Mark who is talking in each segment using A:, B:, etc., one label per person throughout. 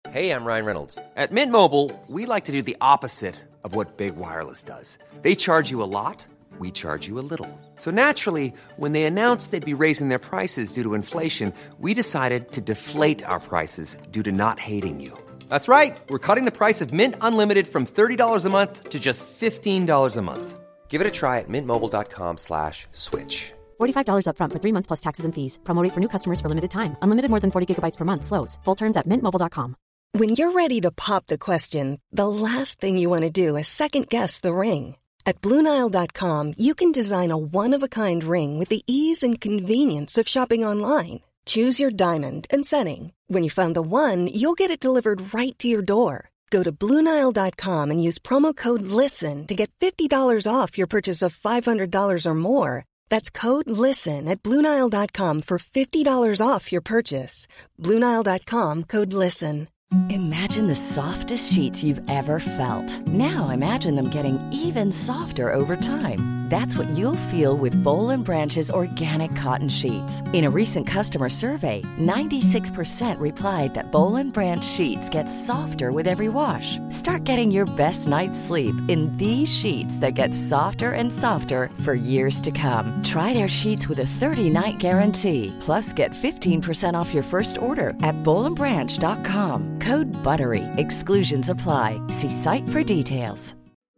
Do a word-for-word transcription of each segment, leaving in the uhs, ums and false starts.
A: Hey, I'm Ryan Reynolds. At Mint Mobile, we like to do the opposite of what Big Wireless does. They charge you a lot, we charge you a little. So naturally, when they announced they'd be raising their prices due to inflation, we decided to deflate our prices due to not hating you. That's right. We're cutting the price of Mint Unlimited from thirty dollars a month to just fifteen dollars a month. Give it a try at mintmobile.com slash switch.
B: forty-five dollars up front for three months plus taxes and fees. Promo rate for new customers for limited time. Unlimited more than forty gigabytes per month slows. Full terms at mint mobile dot com.
C: When you're ready to pop the question, the last thing you want to do is second-guess the ring. At Blue Nile dot com, you can design a one-of-a-kind ring with the ease and convenience of shopping online. Choose your diamond and setting. When you find the one, you'll get it delivered right to your door. Go to Blue Nile dot com and use promo code LISTEN to get fifty dollars off your purchase of five hundred dollars or more. That's code LISTEN at Blue Nile dot com for fifty dollars off your purchase. Blue Nile dot com, code LISTEN.
D: Imagine the softest sheets you've ever felt. Now imagine them getting even softer over time. That's what you'll feel with Boll and Branch's organic cotton sheets. In a recent customer survey, ninety-six percent replied that Boll and Branch sheets get softer with every wash. Start getting your best night's sleep in these sheets that get softer and softer for years to come. Try their sheets with a thirty-night guarantee. Plus, get fifteen percent off your first order at boll and branch dot com. Code BUTTERY. Exclusions apply. See site for details.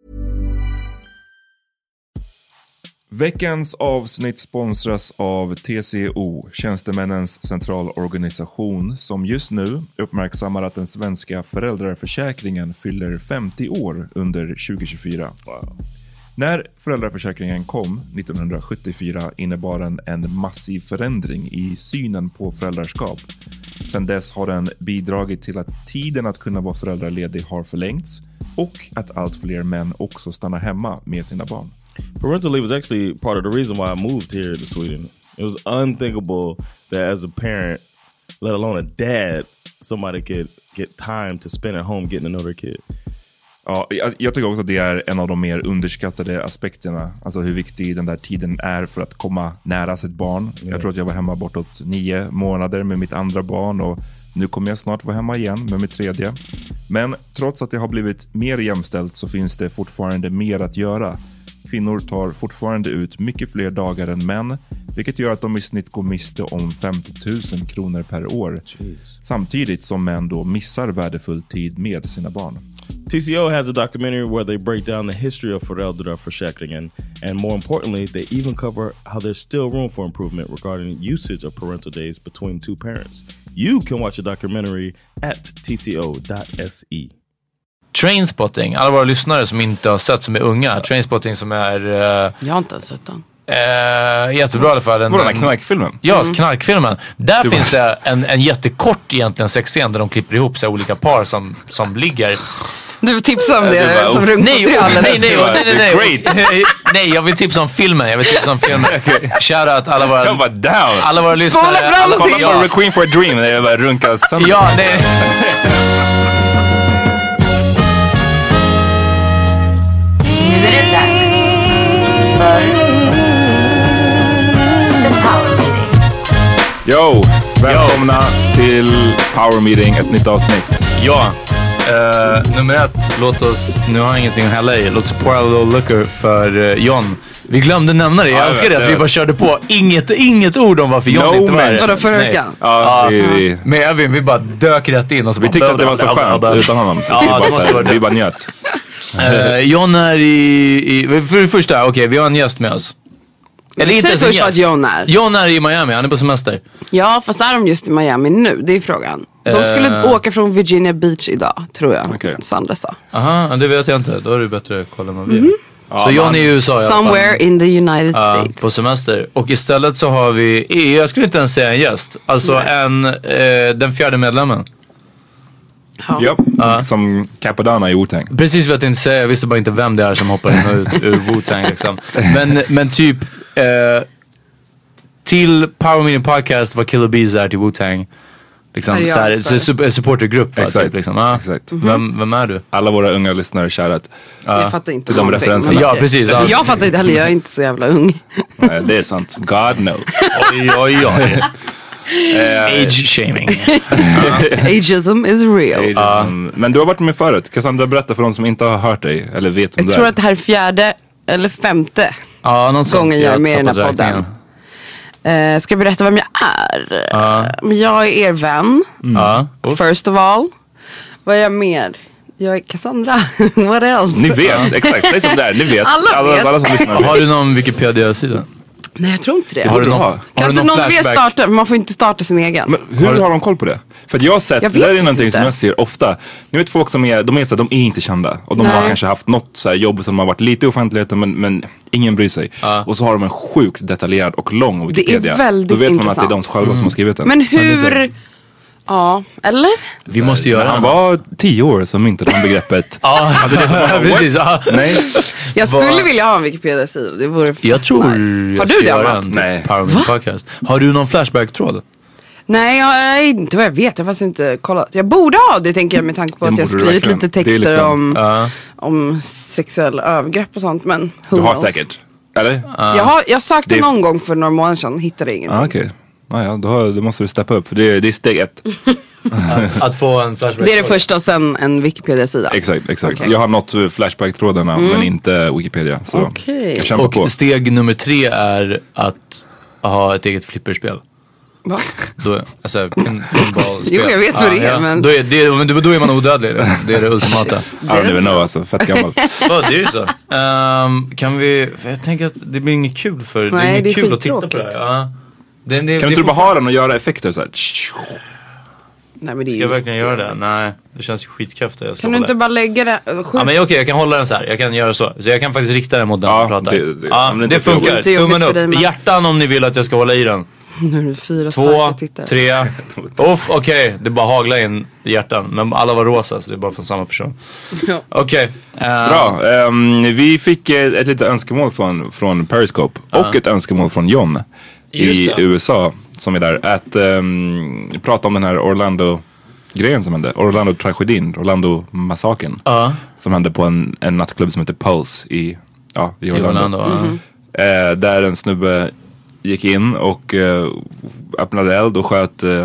E: Veckans avsnitt sponsras av T C O, Tjänstemännens centralorganisation, som just nu uppmärksammar att den svenska föräldraförsäkringen fyller femtio år under tjugo tjugofyra. Wow. När föräldraförsäkringen kom nittonhundrasjuttiofyra innebar den en massiv förändring i synen på föräldraskap. Sedan dess har den bidragit till att tiden att kunna vara föräldraledig har förlängts och att allt fler män också stannar hemma med sina barn.
F: Parental leave was actually part of the reason why I moved here to Sweden. It was unthinkable that as a parent, let alone a dad, somebody could get time to spend at home getting to know their kid.
E: Ja, jag, jag tycker också att det är en av de mer underskattade aspekterna. Alltså hur viktig den där tiden är för att komma nära sitt barn. Yeah. Jag tror att jag var hemma bortåt nio månader med mitt andra barn och nu kommer jag snart vara hemma igen med mitt tredje. Men trots att det har blivit mer jämställt så finns det fortfarande mer att göra. Kvinnor tar fortfarande ut mycket fler dagar än män, vilket gör att de i snitt går miste om femtio tusen kronor per år. Jeez. Samtidigt som män då missar värdefull tid med sina barn.
F: T C O has a documentary where they break down the history of föräldraförsäkringen, and more importantly, they even cover how there's still room for improvement regarding usage of parental days between two parents. You can watch the documentary at t c o dot s e.
G: Trainspotting, alla våra lyssnare som inte har sett, som är unga. Trainspotting som är... Uh,
H: jag har inte sett den.
G: Uh, jättebra i alla fall.
E: Var den här knarkfilmen?
G: Ja, mm. knarkfilmen. Där du finns det en, en jättekort egentligen sexscen där de klipper ihop så olika par som, som ligger...
H: Du vill tipsa om det bara, som runkmaterial?
G: Nej, nej, nej, nej, nej, nej, nej. Nej, jag vill tipsa om filmen. Jag vill tipsa om filmen. Shoutout alla våra...
E: Jag var down.
G: Alla våra lyssnare.
H: Skåla fram till!
E: Kolla på Requiem for a Dream. Det är bara runka sönder.
G: Ja, nej.
I: Nu är det dags för The Power Meeting.
E: Yo, välkomna Yo. till Power Meeting, ett nytt avsnitt.
G: Ja. Uh, nummer ett, låt oss, nu har jag ingenting att hälla i, låt oss pour a little liquor för uh, John. Vi glömde nämna det, jag ja, älskar det, det att vi bara körde på. Inget, inget ord om varför John no inte var här.
H: Vadå förra veckan?
E: Ja, vi, vi,
G: med Evin, vi bara dök rätt in och så
E: vi tyckte att det var så skönt utan honom, så ja, vi, bara, så, vi bara njöt.
G: uh, John är i, i för det första, okej, okay, vi har en gäst med oss.
H: Eller inte först vad John är.
G: John är i Miami, han är på semester.
H: Ja, fast är de just i Miami nu? Det är frågan. De skulle uh, åka från Virginia Beach idag, tror jag. Okay. Sandra sa.
G: Aha, det vet jag inte. Då är det bättre att kolla vad vi mm. Så ja, John är i U S A.
H: Somewhere in the United uh, States.
G: På semester. Och istället så har vi, jag skulle inte ens säga en gäst. Alltså Nej. en, eh, den fjärde medlemmen.
E: Ja, yep, som, uh. som Capadana i Wu-Tang.
G: Precis vad jag tänkte säga. Jag visste bara inte vem det är som hoppar in och ut ur Wu-Tang liksom. Men, men typ eh, till Power Meeting Podcast var Killer Bees där till Wu-Tang. Liksom, så här, så, en supportergrupp. Exakt. Typ, liksom. ah, Exakt. Mm-hmm. Vem, vem är du?
E: Alla våra unga lyssnare shoutout.
H: Jag uh, fattar inte
E: till de referenserna.
G: Ja, precis.
H: Ja. Jag fattar inte heller, jag är inte så jävla ung.
E: Nej, det är sant. God knows.
G: Oj, oj, oj. Age shaming.
H: Ageism is real.
E: Ageism. Uh. Men du har varit med förut. Cassandra, berätta för de som inte har hört dig eller vet om
H: Jag
E: du
H: tror
E: är.
H: att det här är fjärde eller femte
G: ja, någon
H: gången jag är med i den här
G: podden.
H: Uh, ska jag berätta vem jag är?
G: Uh.
H: Men jag är er vän.
G: Mm. Uh.
H: First of all. Vad är jag mer? Jag är Cassandra. What else?
E: Ni vet, exakt. Det är som det är. Ni vet.
H: Alla vet.
E: Alla, alla som lyssnar vet.
G: Har du någon Wikipedia-sida?
H: Nej, jag tror inte det.
G: Har du någon,
E: har
G: har
H: kan
G: du
H: inte
G: någon
H: någon mer
G: flashback?
H: starta? Man får inte starta sin egen.
E: Men hur har, har de koll på det? För att jag har sett,
H: Jag
E: det där
H: vet
E: är någonting
H: inte.
E: som jag ser ofta. Ni vet folk som är, de är så här, de är inte kända. Och de
H: Nej.
E: har kanske haft något så här jobb som har varit lite i offentligheten men, men ingen bryr sig.
G: Uh.
E: Och så har de en sjukt detaljerad och lång Wikipedia.
H: väldigt
E: Då vet man
H: intressant.
E: att det är de själva mm. som har skrivit den.
H: Men hur... Ja, eller?
G: Vi måste göra
E: När han
G: det.
E: var tio år så myntade han begreppet.
G: Ja,
E: Alltså, det är som bara,
G: precis. Ja.
E: Nej.
H: Jag skulle
G: Vad-
H: vilja ha en Wikipedia-sida. Det vore
G: Jag tror
H: nice.
G: jag
H: Har
G: ska
H: du det,
G: göra
H: Amat?
G: en
E: Nej.
G: Power Meeting Podcast. Har du någon Flashback-tråd?
H: Nej, jag, inte vad jag vet. Jag har faktiskt inte kollat. Jag borde ha det, tänker jag, med tanke på
E: Det
H: att jag
E: borde du
H: skrivit
E: verkligen.
H: lite
E: Det är
H: texter
E: liksom-
H: om,
G: Ja.
H: om sexuella övergrepp och sånt. Men who
E: Du har
H: knows?
E: säkert. Eller?
H: Jag, har, jag sökte
E: Det-
H: någon gång för några månader sedan. Hittade ingenting.
E: Ah, okej. Okay. Ah, ja, då, har, då måste du steppa upp. För det, det är steg ett.
G: Att, att få en Flashback.
H: Det är det första, sen en Wikipedia-sida.
E: Exakt, exakt.
H: Okej.
E: Jag har nått Flashback-trådarna men inte Wikipedia. Så
H: Okej.
E: jag kämpar på.
G: Och steg nummer tre är att ha ett eget flipperspel.
H: Va?
G: Då, alltså pinballspel.
H: Jo, jag vet vad det är, men-
G: Då är, det, men då, då är man odödlig. Det är det ultimata.
E: I don't even know alltså, fett gammal.
G: Ja, det är ju så. Um, kan vi, för jag tänker att det blir inget kul för det
H: Nej,
G: är inget
H: det är
G: kul att titta på
H: skittråkigt.
G: det här. Ja. Det, det,
E: Kan
G: det
E: inte du
G: får-
E: bara ha den och göra effekter så här?
H: Nej, men det är
G: Ska
H: ju
G: jag verkligen
H: jätte-
G: göra det? Nej, det känns ju skitkräftigt. Jag ska
H: Kan du
G: hålla
H: inte
G: det.
H: bara lägga det? Sjukt.
G: Ja, men okej, jag kan hålla den så här. Jag kan göra så. Så jag kan faktiskt rikta den mot den
E: Ja,
G: som pratar.
E: det- det-
G: ja,
E: om det
G: det,
E: inte är för
G: funkar.
H: jobbigt. Det är jobbigt
G: Tummen
H: för
G: upp.
H: dig med.
G: Hjärtan om ni vill att jag ska hålla i den.
H: Nu är det fyra
G: Två,
H: starka tittare.
G: tre. Uff, okej. Det bara haglar in i hjärtan. Men alla var rosa så det är bara från samma person.
H: Ja.
G: Okej. ehm,
E: Bra, ehm, vi fick eh, ett litet önskemål från, från Periscope och ett önskemål från John i
G: Just det.
E: U S A som är där. Att um, prata om den här Orlando-grejen som hände. Orlando-tragedin, Orlando-massakern.
G: Ja.
E: Som hände på en, en nattklubb som heter Pulse i, ja, i
G: I
E: Orlando.
G: Orlando. ja.
E: Eh, där en snubbe gick in och eh, öppnade eld och sköt, eh,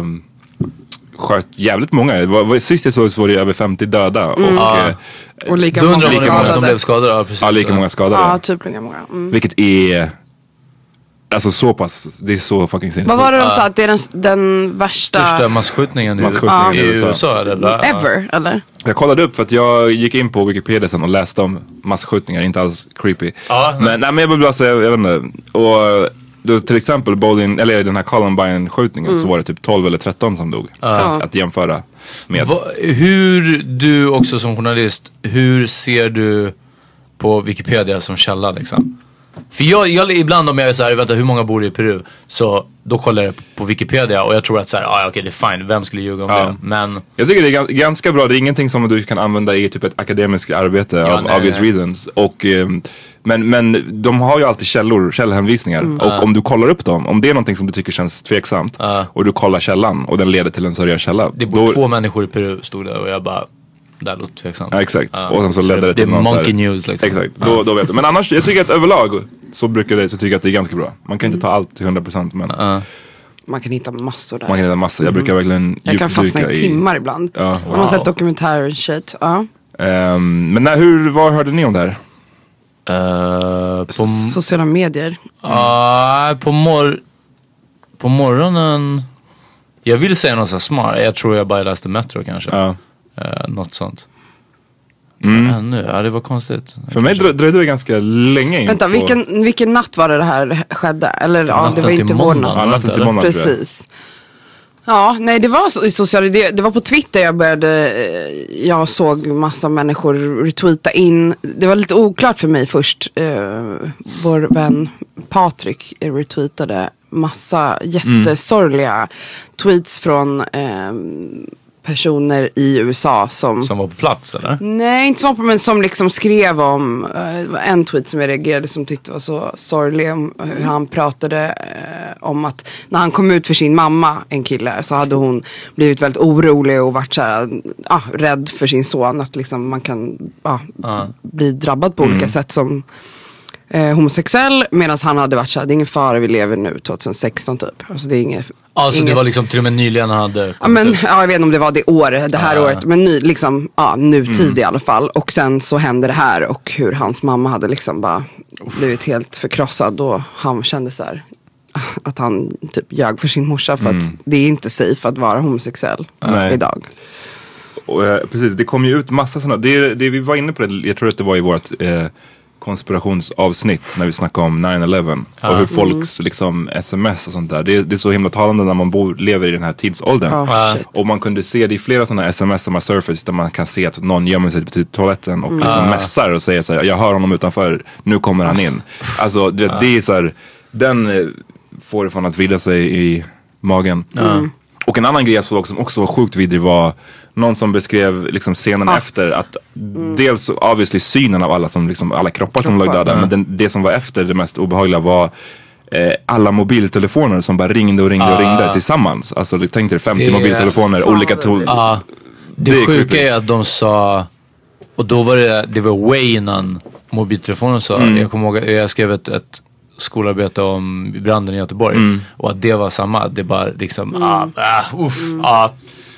E: sköt jävligt många. Det var, var, sist jag såg så var det över femtio döda. Och,
G: Ja.
E: eh,
H: Och lika
G: Då
H: många
G: undrar man hur många som
H: skadade.
G: blev skadade. Ja, precis.
E: ja, lika många skadade.
H: Ja, typ lika många. Mm.
E: Vilket är, alltså så pass, det är så fucking sinnessjukt.
H: Vad var det de sa? Att det är den, den värsta...
G: Största masskjutningen i,
E: Masskjutningen
G: i
E: i U S A.
G: U S A. Eller? där.
H: Ever, eller?
E: Jag kollade upp för att jag gick in på Wikipedia sen och läste om masskjutningar, inte alls creepy.
G: Ja,
E: men, nej, men jag vill bara säga, jag vet inte. Och då, till exempel Bowling, eller den här Columbine-skjutningen
H: Mm.
E: så var det typ tolv eller tretton som dog. Att, att jämföra med.
G: Va, hur du också som journalist, hur ser du på Wikipedia som källa liksom? För jag, jag ibland om jag är så här, vänta hur många bor i Peru? Så då kollar jag på Wikipedia och jag tror att så här, ah, okej det är fine, vem skulle ljuga om
E: Ja.
G: det? Men
E: Jag tycker det är gans- ganska bra, det är ingenting som du kan använda i typ ett akademiskt arbete
G: Ja,
E: av
G: nej,
E: obvious
G: nej.
E: reasons. Och, ehm, men, men de har ju alltid källor, källhänvisningar.
G: Mm.
E: Och om du kollar upp dem, om det är någonting som du tycker känns tveksamt
G: Ja.
E: och du kollar källan och den leder till en seriös källa.
G: det bor
E: då-
G: två människor i Peru stod det och jag bara, det här låter tveksamt.
E: Ja, exakt.
G: Ja.
E: Och sen så
G: Så
E: ledde det
G: det
E: till
G: är
E: någon så här-
G: monkey news, liksom.
E: Exakt, då, då vet du. Men annars, jag tycker att överlag så brukar det, så tycker jag att det är ganska bra. Man kan inte ta allt till hundra procent men
G: Ja.
H: Man kan hitta massor där.
E: man kan hitta massor. Jag brukar verkligen
H: Jag kan fastna
E: djupdyka
H: i timmar ibland.
E: Ja,
H: Om man har sett dokumentärer och shit. Ja.
E: Ehm, men när, hur, var hörde ni om det här?
G: Eh, på,
H: Sociala medier.
G: Ja, på, mor på morgonen. Jag vill säga något så smart. Jag tror jag bara läste Metro kanske.
E: Ja.
G: Eh, något sånt.
E: Mm.
G: Ja, nu, ja, det var konstigt.
E: För mig drö- dröjde det ganska länge in
H: Vänta,
E: på...
H: vilken, vilken natt var det det här skedde? Eller ja, det
G: natten
H: var
G: till
H: inte vår
G: måndag.
H: natt.
E: Ja, natten till måndag, tror jag.
H: Precis. Ja, nej det var så, i sociala, det, det var på Twitter jag började, eh, jag såg massa människor retweeta in. Det var lite oklart för mig först. Eh, vår vän Patrik retweetade massa jättesorgliga tweets från eh, personer i U S A som...
G: Som var på plats eller?
H: Nej, inte som, men som liksom skrev om uh, det var en tweet som jag reagerade som tyckte var så sorglig om hur han pratade uh, om att när han kom ut för sin mamma, en kille, så hade hon blivit väldigt orolig och varit så här, uh, rädd för sin son, att liksom man kan uh,
G: Uh.
H: bli drabbad på olika sätt som uh, homosexuell, medan han hade varit så här, det är ingen fara, vi lever nu tjugo sexton typ, alltså det är inget
G: Alltså
H: inget...
G: det var liksom till och med nyligen han hade
H: ja, men, ja, jag vet inte om det var det året, det här ah. året. Men ny, liksom, ja, nutid mm. i alla fall. Och sen så hände det här. Och hur hans mamma hade liksom bara blivit helt förkrossad. Och han kände så här att han typ ljög för sin morsa. För mm. att det är inte safe att vara homosexuell Nej. idag.
E: Och, eh, precis, det kom ju ut massa sådana. Det, det vi var inne på det, jag tror att det var i vårt eh, konspirationsavsnitt när vi snackade om nine eleven ah. och hur folks liksom sms och sånt där. Det, det är så himla talande när man bor, lever i den här tidsåldern.
H: Oh,
E: och man kunde se det i flera sådana sms som har surface där man kan se att någon gömmer sig på toaletten och mm. liksom ah. mässar och säger så här: jag hör honom utanför, nu kommer han in. Alltså det, ah. det är så här, den eh, får det från att vrida sig i magen. Mm. Och en annan grej jag såg som också var sjukt vidrig var någon som beskrev liksom scenen ah. efter att mm. dels obviously synen av alla som liksom, alla kroppar, kroppar som låg döda, mm. men den, det som var efter det mest obehagliga var eh, alla mobiltelefoner som bara ringde och ringde ah. och ringde tillsammans. Alltså du tänkte femtio det mobiltelefoner, fan, olika to-
G: ah. Det, det sjuka är att de sa, och då var det det var way innan mobiltelefonen sa, mm. jag kommer ihåg, jag skrev ett, ett skolarbete om branden i Göteborg mm. och att det var samma, det bara liksom mm. ah, ah, uff, mm. ah.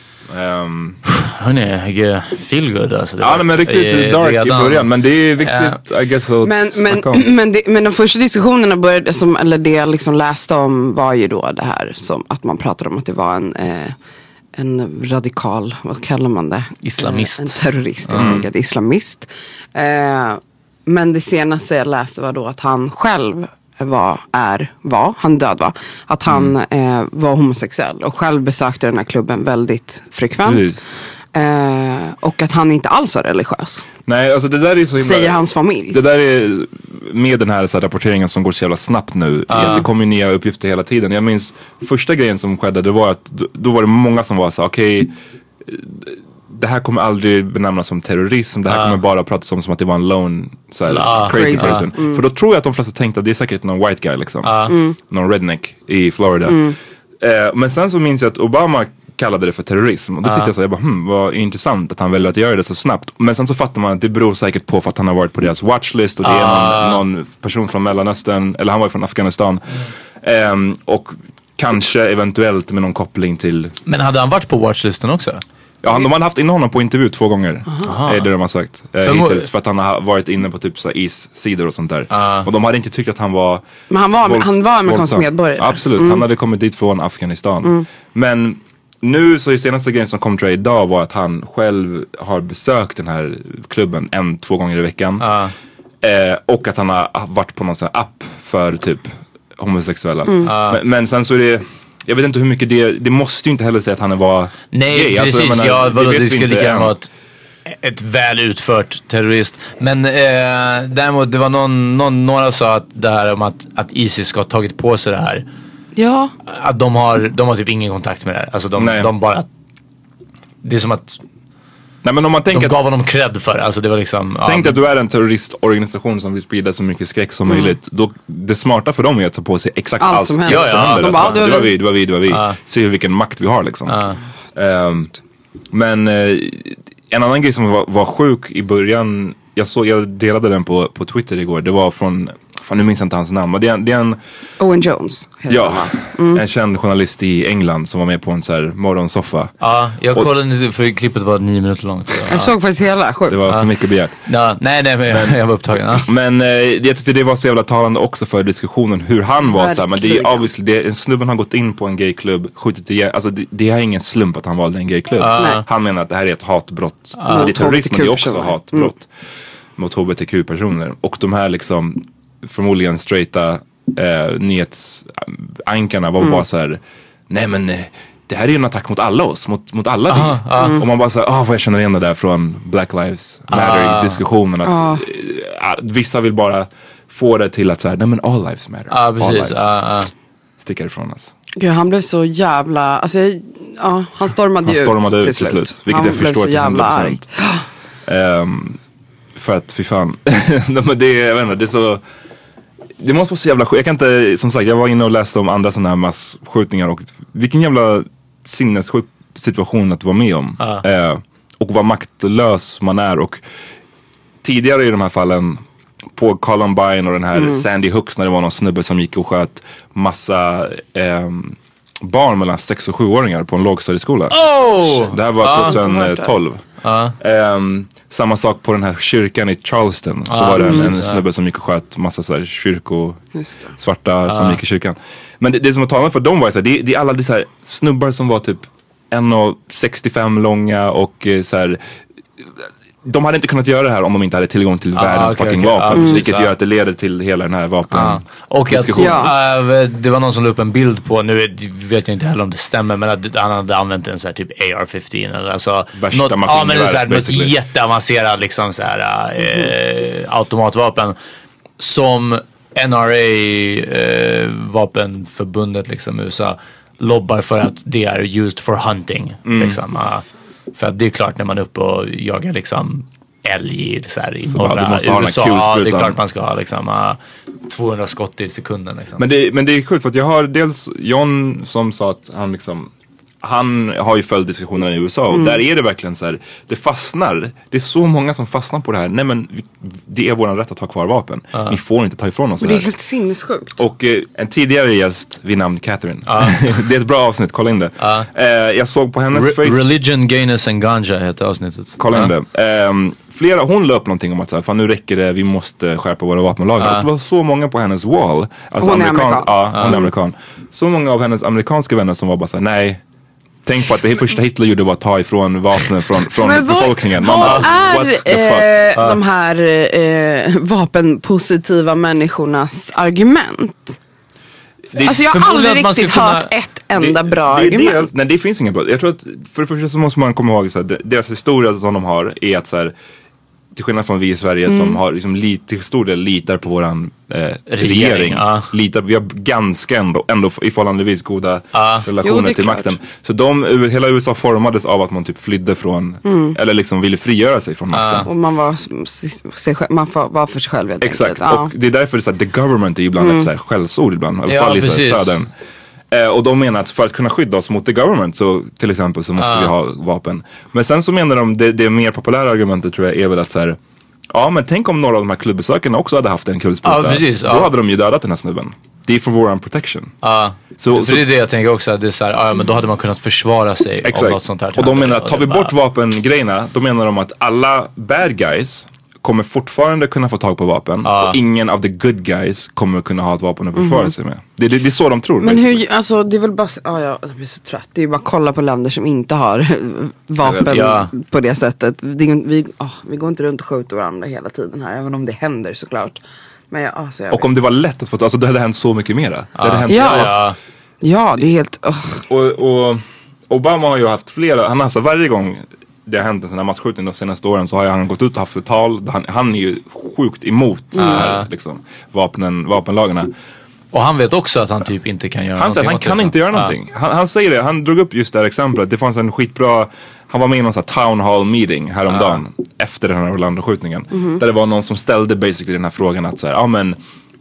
G: Um, hörni, feel good alltså.
E: Ja, nej, men riktigt dark redan. I början. Men det är viktigt, uh, I guess, att
H: men, men, men, det, men de första diskussionerna började, som, eller det jag liksom läste om var ju då det här som att man pratade om att det var en eh, en radikal, vad kallar man det?
G: Islamist.
H: Eh, en terrorist, mm. jag tänker, islamist. Eh, men det senaste jag läste var då att han själv var, är, var, han död va? Att han mm. eh, var homosexuell och själv besökte den här klubben väldigt frekvent. Eh, och att han inte alls är religiös.
E: Nej, alltså det där är så himla,
H: säger hans familj.
E: Det där är med den här, så här rapporteringen som går så jävla snabbt nu. Uh. Det kommer ju nya uppgifter hela tiden. Jag minns första grejen som skedde, det var att då, då var det många som var så okej, okay, det här kommer aldrig benämnas som terrorism. Det här uh. kommer bara pratas om som att det var en lone så här, uh. crazy, crazy person. Uh. Mm. För då tror jag att de flesta tänkte att det är säkert någon white guy liksom. Uh. Mm. Någon redneck i Florida. Mm. Eh, men sen så minns jag att Obama kallade det för terrorism. Och då tyckte uh. jag så, jag bara, hmm, vad intressant att han väljer att göra det så snabbt. Men sen så fattar man att det beror säkert på för att han har varit på deras watchlist och det uh. är någon, någon person från Mellanöstern, eller han var från Afghanistan. Mm. Eh, och kanske eventuellt med någon koppling till...
G: Men hade han varit på watchlisten också?
E: Ja, de har haft in honom på intervju två gånger. Aha. Är det de har sagt eh, för, hittills, för att han har varit inne på typ så is-sidor och sånt där. Uh. Och de hade inte tyckt att han var...
H: Men han var, vålds, han var amerikansk medborgare.
E: Absolut, mm. han hade kommit dit från Afghanistan. Mm. Men nu så är senaste grejen som kom tror jag idag var att han själv har besökt den här klubben en, två gånger i veckan. Uh. Eh, och att han har varit på någon sån här app för typ homosexuella. Mm. Uh. Men, men sen så är det... Jag vet inte hur mycket det... Det måste ju inte heller säga att han var
G: Nej,
E: gay.
G: Precis. Alltså, menar, ja, vadå, det, det skulle lika gärna vara ett, ett väl utfört terrorist. Men eh, däremot, det var någon, någon, några sa att det här om att, att ISIS ska ha tagit på sig det här.
H: Ja.
G: Att de har, de har typ ingen kontakt med det här. Alltså de, de bara... Det är som att...
E: Nej, men om man tänker
G: de gav honom cred för. Alltså det var liksom,
E: tänk
G: ja,
E: att du är en terroristorganisation som vill sprida så mycket skräck som mm. möjligt. Då, det smarta för dem är att ta på sig exakt allt, allt som händer.
G: Ja, ja.
E: De bara, alltså, det var vi, det var vi, det var vi. Uh. Se vilken makt vi har liksom. Uh. Um, men uh, en annan grej som var, var sjuk i början. Jag, såg, jag delade den på, på Twitter igår. Det var från... Fan, nu minns jag inte hans namn. Men det är, det är en...
H: Owen Jones.
E: Ja, mm. en känd journalist i England som var med på en så här morgonsoffa.
G: Ja, jag kollade för klippet var nio minuter långt. Så.
H: Jag såg faktiskt hela, sjukt.
E: Det var för mycket begärt.
G: Ja, nej, nej, men, men jag var upptagen. Ja.
E: Men eh, jag tyckte det var så jävla talande också för diskussionen hur han var så här, men det är obviously, det, en snubben har gått in på en gayklubb, skjutit igen, alltså det, det är ingen slump att han valde en gayklubb. Uh. Han menar att det här är ett hatbrott. Uh. Alltså det är terrorism, men det är också hatbrott mm. mot H B T Q-personer. Och de här liksom förmodligen straighta eh, nyhetsankarna var mm. bara så här: nej men det här är ju en attack mot alla oss, mot, mot alla uh, uh. Mm. Och man bara såhär, ah, vad jag känner igen det där från Black Lives Matter uh. diskussionen att uh. eh, vissa vill bara få det till att såhär, nej men all lives matter,
G: uh, precis.
E: all lives
G: uh, uh.
E: stickar ifrån oss.
H: Gud, han blev så jävla, alltså ja, han stormade
E: han
H: ju
E: stormade
H: ut
E: till slut, slut vilket
H: han
E: jag förstår till hundra procent. um, för att fy fan det, jag vet inte, det är så. Det måste vara så jävla sjukt. Jag kan inte, som sagt, jag var inne och läste om andra sådana här massskjutningar och vilken jävla sinnessjuk situation att vara med om. Uh. Eh, och vad maktlös man är. Och tidigare i de här fallen på Columbine och den här mm. Sandy Hooks när det var någon snubbe som gick och sköt massa eh, barn mellan sex och sjuåringar på en lågstadieskola.
G: Oh!
E: Det här var tjugohundratolv.
G: Ja.
E: Um, samma sak på den här kyrkan i Charleston. Så
G: Ah,
E: var det en,
G: mm,
E: en snubbe som gick och sköt massa så här kyrko
H: Just det.
E: svarta som gick i kyrkan. Men det, det som var talande för dem var så här, det, det är alla de så här snubbar som var typ en komma sextiofem långa och eh, så här. De hade inte kunnat göra det här om de inte hade tillgång till
G: Ah,
E: världens
G: okay,
E: fucking
G: okay.
E: vapen.
G: Ah, mm.
E: Vilket
G: Så.
E: gör att det leder till hela den här vapen
G: Ah. Och att,
E: diskussionen.
H: Ja.
G: äh, det var någon som la upp en bild på, nu vet jag inte heller om det stämmer, men att han hade använt en så här typ A R femton eller alltså
E: Värsta
G: något, ja, men
E: maskingevär,
G: så här, något
E: basically.
G: jätteavancerat liksom så här eh, automatvapen som N R A eh, vapenförbundet liksom i U S A lobbar för att det är used for hunting liksom. Uh, för att det är klart när man är uppe och jagar liksom älg så här, i
E: Så
G: norra
E: bara, du måste ha den
G: U S A,
E: här
G: ja, det är
E: kulsprutan.
G: klart man ska ha liksom uh, tvåhundra skott i sekunden liksom.
E: Men det, men det är kul för att jag har dels John som sa att han liksom han har ju följt diskussionerna i U S A och
H: Mm.
E: där är det verkligen så här, det fastnar, det är så många som fastnar på det här. Nej men vi, det är våran rätt att ha kvar vapen. Ni får inte ta ifrån oss
H: Men
E: det
H: det är
E: här.
H: helt sinnessjukt.
E: Och eh, en tidigare gäst vid namn Catherine. Det är ett bra avsnitt, kolla in det. Eh, jag såg på hennes
G: Re-
E: Facebook.
G: Religion, Gayness and Ganja heter avsnittet.
E: Kolla in
G: Ja.
E: det. Ehm, flera, hon la upp någonting om att så här, fan nu räcker det, vi måste skärpa våra vapenlagar. Och det var så många på hennes wall. Alltså
H: Hon är amerikan.
E: Ja, hon är amerikan. Så många av hennes amerikanska vänner som var bara såhär, nej. Tänk på att det första Hitler gjorde var att ta ifrån vapnen från, från
H: Men vad,
E: befolkningen. Man
H: vad
E: bara,
H: är
E: what the fuck?
H: eh, de här eh, vapenpositiva människornas argument?
E: Det-
H: Alltså jag har
G: förmodligen
H: aldrig
G: att man ska
H: riktigt
G: kunna-
H: hört ett enda
E: det,
H: bra
E: det, är
H: argument.
E: det, nej det finns inget bra. Jag tror att för det första så måste man komma ihåg så här, deras historia som de har är att så här, till skillnad från vi i Sverige
H: Mm.
E: som har liksom lite, till stor del litar på våran eh, regering. regering.
G: ja.
E: Litar, vi har ganska ändå, ändå i förhållandevis goda
G: Ja.
E: relationer
H: Jo, det är
E: till
H: klart.
E: makten. Så de, hela U S A formades av att man typ flydde från,
H: Mm.
E: eller liksom ville frigöra sig från makten.
H: Och man var, sig själv, man får- var för sig själv helt
E: Exakt,
H: enkelt. Ja.
E: och det är därför så här, the government är ibland ett så här skällsord ibland, i alla
G: Ja,
E: fall i så här
G: precis.
E: södern. Eh, och de menar att för att kunna skydda oss mot the government så till exempel så måste
G: Ah.
E: vi ha vapen. Men sen så menar de, det, det mer populära argumentet tror jag är väl att så här, ja men tänk om några av de här klubbesökarna också hade haft en kulspruta.
G: Ja, precis,
E: Då
G: ja.
E: hade de ju dödat den här snubben. Det är för våran protection.
G: Ja,
E: Så-
G: för
E: så-
G: det är det jag tänker också, att det är så här, ja, men då hade man kunnat försvara sig av
E: Exakt.
G: något sånt här.
E: Och de menar att tar vi
G: det bara-
E: bort vapengrejerna, då menar de att alla bad guys kommer fortfarande kunna få tag på vapen
G: Ja.
E: och ingen av the good guys kommer kunna ha ett vapen att försvara sig med. Det, det, det är så de tror.
H: Men
E: basically.
H: hur, alltså det är väl bara, ja, jag blir så trött. Det är ju bara att kolla på länder som inte har vapen
G: Ja.
H: på det sättet. Det är, vi, åh, vi går inte runt och skjuter varandra hela tiden här, även om det händer såklart. Men jag, alltså, jag
E: Och om det var lätt att få, alltså det hade hänt så mycket mera. Det hade hänt
H: Ja.
E: så,
G: Ja,
H: Ja, det är helt, åh.
E: och, och Obama har ju haft flera, han har alltså varje gång det har hänt en sån här masskjutning de senaste åren så har han gått ut och haft ett tal där han, han är ju sjukt emot det här, liksom, vapnen, vapenlagarna.
G: och han vet också att han typ inte kan göra
E: Han säger
G: någonting
E: att han
G: åt
E: kan
G: det,
E: inte
G: så.
E: göra någonting. Han, han säger det, han drog upp just det här exemplet. Det fanns en skitbra, han var med i någon sån här town hall meeting häromdagen efter den här Orlando-skjutningen. Där det var någon som ställde basically den här frågan att så här, ja men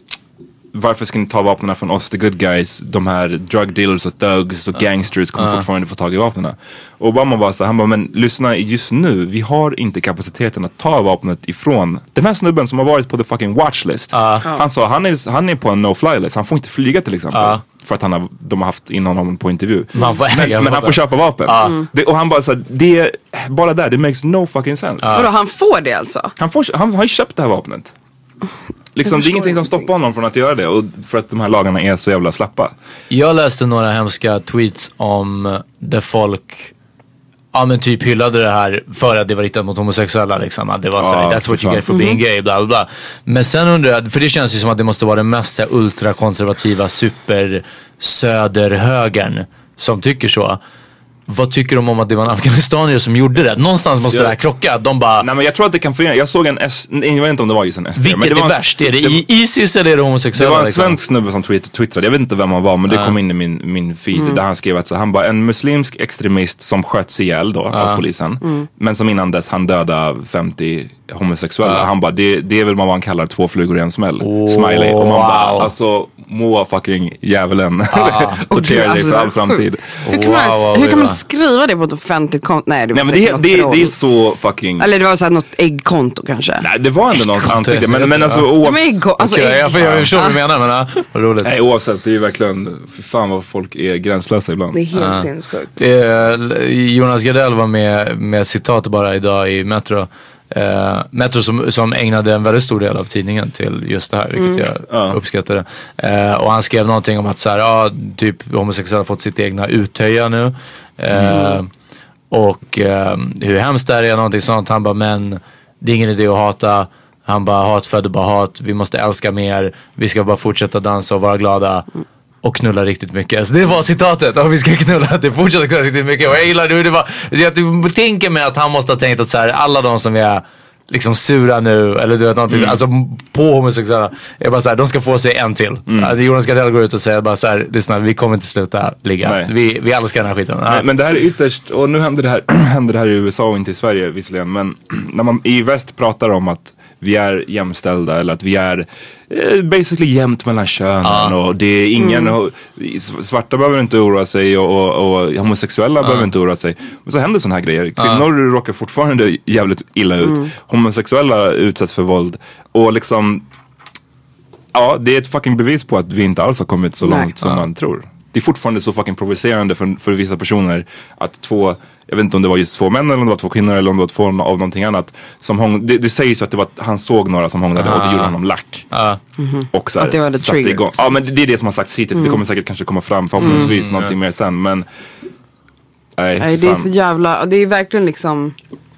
E: varför ska ni ta vapnen från oss, the good guys? De här drug dealers och thugs och gangsters kommer fortfarande få tag i vapnen. Och Obama var så här, han bara, men lyssna, just nu, vi har inte kapaciteten att ta vapnet ifrån den här snubben som har varit på the fucking watchlist. Han sa, han är, han är på en no-fly list, han får inte flyga till exempel. För att han har, de har haft in honom på intervju.
G: Man får äga
E: men, men han
G: vapen.
E: får köpa vapen. Det, och han bara så här, det, bara där, det makes no fucking sense.
H: Vadå, han får det alltså?
E: Han, får, han har ju köpt det här vapnet. Liksom, det är
H: förstår
E: ingenting som
H: ingenting.
E: stoppar honom från att göra det. Och för att de här lagarna är så jävla slappa.
G: Jag läste några hemska tweets om där folk ja men typ hyllade det här för att det var riktat mot homosexuella liksom. Att det var såhär,
E: Ja,
G: that's what
E: fy
G: you
E: fan.
G: get for being gay, bla bla bla. Men sen undrar jag, för det känns ju som att det måste vara den mest så här ultrakonservativa super söderhögern som tycker så. Vad tycker de om att det var en afghanistanier som gjorde det? Någonstans måste
E: Ja.
G: det här krocka. De bara,
E: Nej men jag tror att det kan förena. Jag såg en S, jag vet inte om det var just en S D.
G: vilket
E: men det
G: är
E: var en,
G: värst? Är det
E: det,
G: i Isis eller är det
E: det
G: homosexuella?
E: var en
G: liksom?
E: svensk snubbe som tweet, twittrade. Jag vet inte vem han var men det kom in i min, min feed. Där han skrev att så, han bara, en muslimsk extremist som sköts ihjäl då av polisen. Men som innan dess han dödade femtio homosexuella. Han bara, det, det är väl vad man kallar två flugor i en smäll.
G: Oh,
E: Smiley. Och man bara,
G: wow.
E: alltså må fucking djävulen
H: Åh,
E: tortera
H: gud,
E: dig
H: alltså,
E: för
H: det
E: all
H: är
E: framtid.
H: Hur kan man,
G: Wow,
H: hur kan man
G: wow.
H: skriva det på ett offentligt konto? Nej, det var
E: Nej, men det,
H: säkert
E: det,
H: något
E: det är
H: troll.
E: så fucking...
H: Eller det var så här något äggkonto kanske.
E: Nej, det var ändå någons ansikte. Men, men alltså
H: Ja,
E: oavsett...
H: men äggko- alltså,
G: Okej,
H: ägg-
G: jag, får- jag förstår vad du menar, men ja, vad roligt.
E: Nej, oavsett, det är ju verkligen... För fan vad folk är gränslösa ibland.
H: Det är helt sinnessjukt.
G: Eh, Jonas Gardell var med med ett citat bara idag i Metro. Eh, Metro som, som ägnade en väldigt stor del av tidningen till just det här, vilket jag
E: Ja.
G: uppskattade. Eh, och han skrev någonting om att så här, ja, typ homosexuella har fått sitt egna uttöja nu. Eh, Och eh, hur hemskt är det, någonting sånt. Han bara, men det är ingen idé att hata. Han bara, hat föder bara hat. Vi måste älska mer. Vi ska bara fortsätta dansa och vara glada. Och knulla riktigt mycket. Så det var citatet. Och vi ska knulla. Det fortsätter knulla riktigt mycket. Och jag gillar det. Det var, jag tänker mig att han måste ha tänkt att så här, alla de som är liksom sura nu. Eller du vet någonting. Mm. Alltså på homosexuella. Jag bara så här, de ska få sig en till. Mm. Alltså, Jonas Gardell går ut och säger bara så här, lyssna, vi kommer inte sluta ligga. Vi, vi älskar den här skiten. Ja.
E: Men, men det här är ytterst, och nu händer det här, händer det här i U S A och inte i Sverige visserligen. Men när man i väst pratar om att vi är jämställda eller att vi är eh, basically jämnt mellan könen ah. och det är ingen, mm. och, svarta behöver inte oroa sig och, och, och homosexuella ah. behöver inte oroa sig. Men så händer såna här grejer. Kvinnor ah. råkar fortfarande jävligt illa ut. Mm. Homosexuella utsätts för våld. Och liksom, ja, det är ett fucking bevis på att vi inte alls har kommit så långt Nej. som ah. man tror. Det är fortfarande så fucking provocerande för, för vissa personer att två, jag vet inte om det var just två män eller om det var två kvinnor eller om det var två av någonting annat som hång, det, det sägs ju att det var, han såg några som hånglade ah. och det gjorde honom lack. Ah. Mm-hmm. Och så här,
H: att det var det trigger igång.
E: Ja, men det är det som har sagts hittills. Mm. Det kommer säkert kanske komma fram förhoppningsvis mm. någonting mer sen, men nej,
H: nej det är så jävla, det är verkligen liksom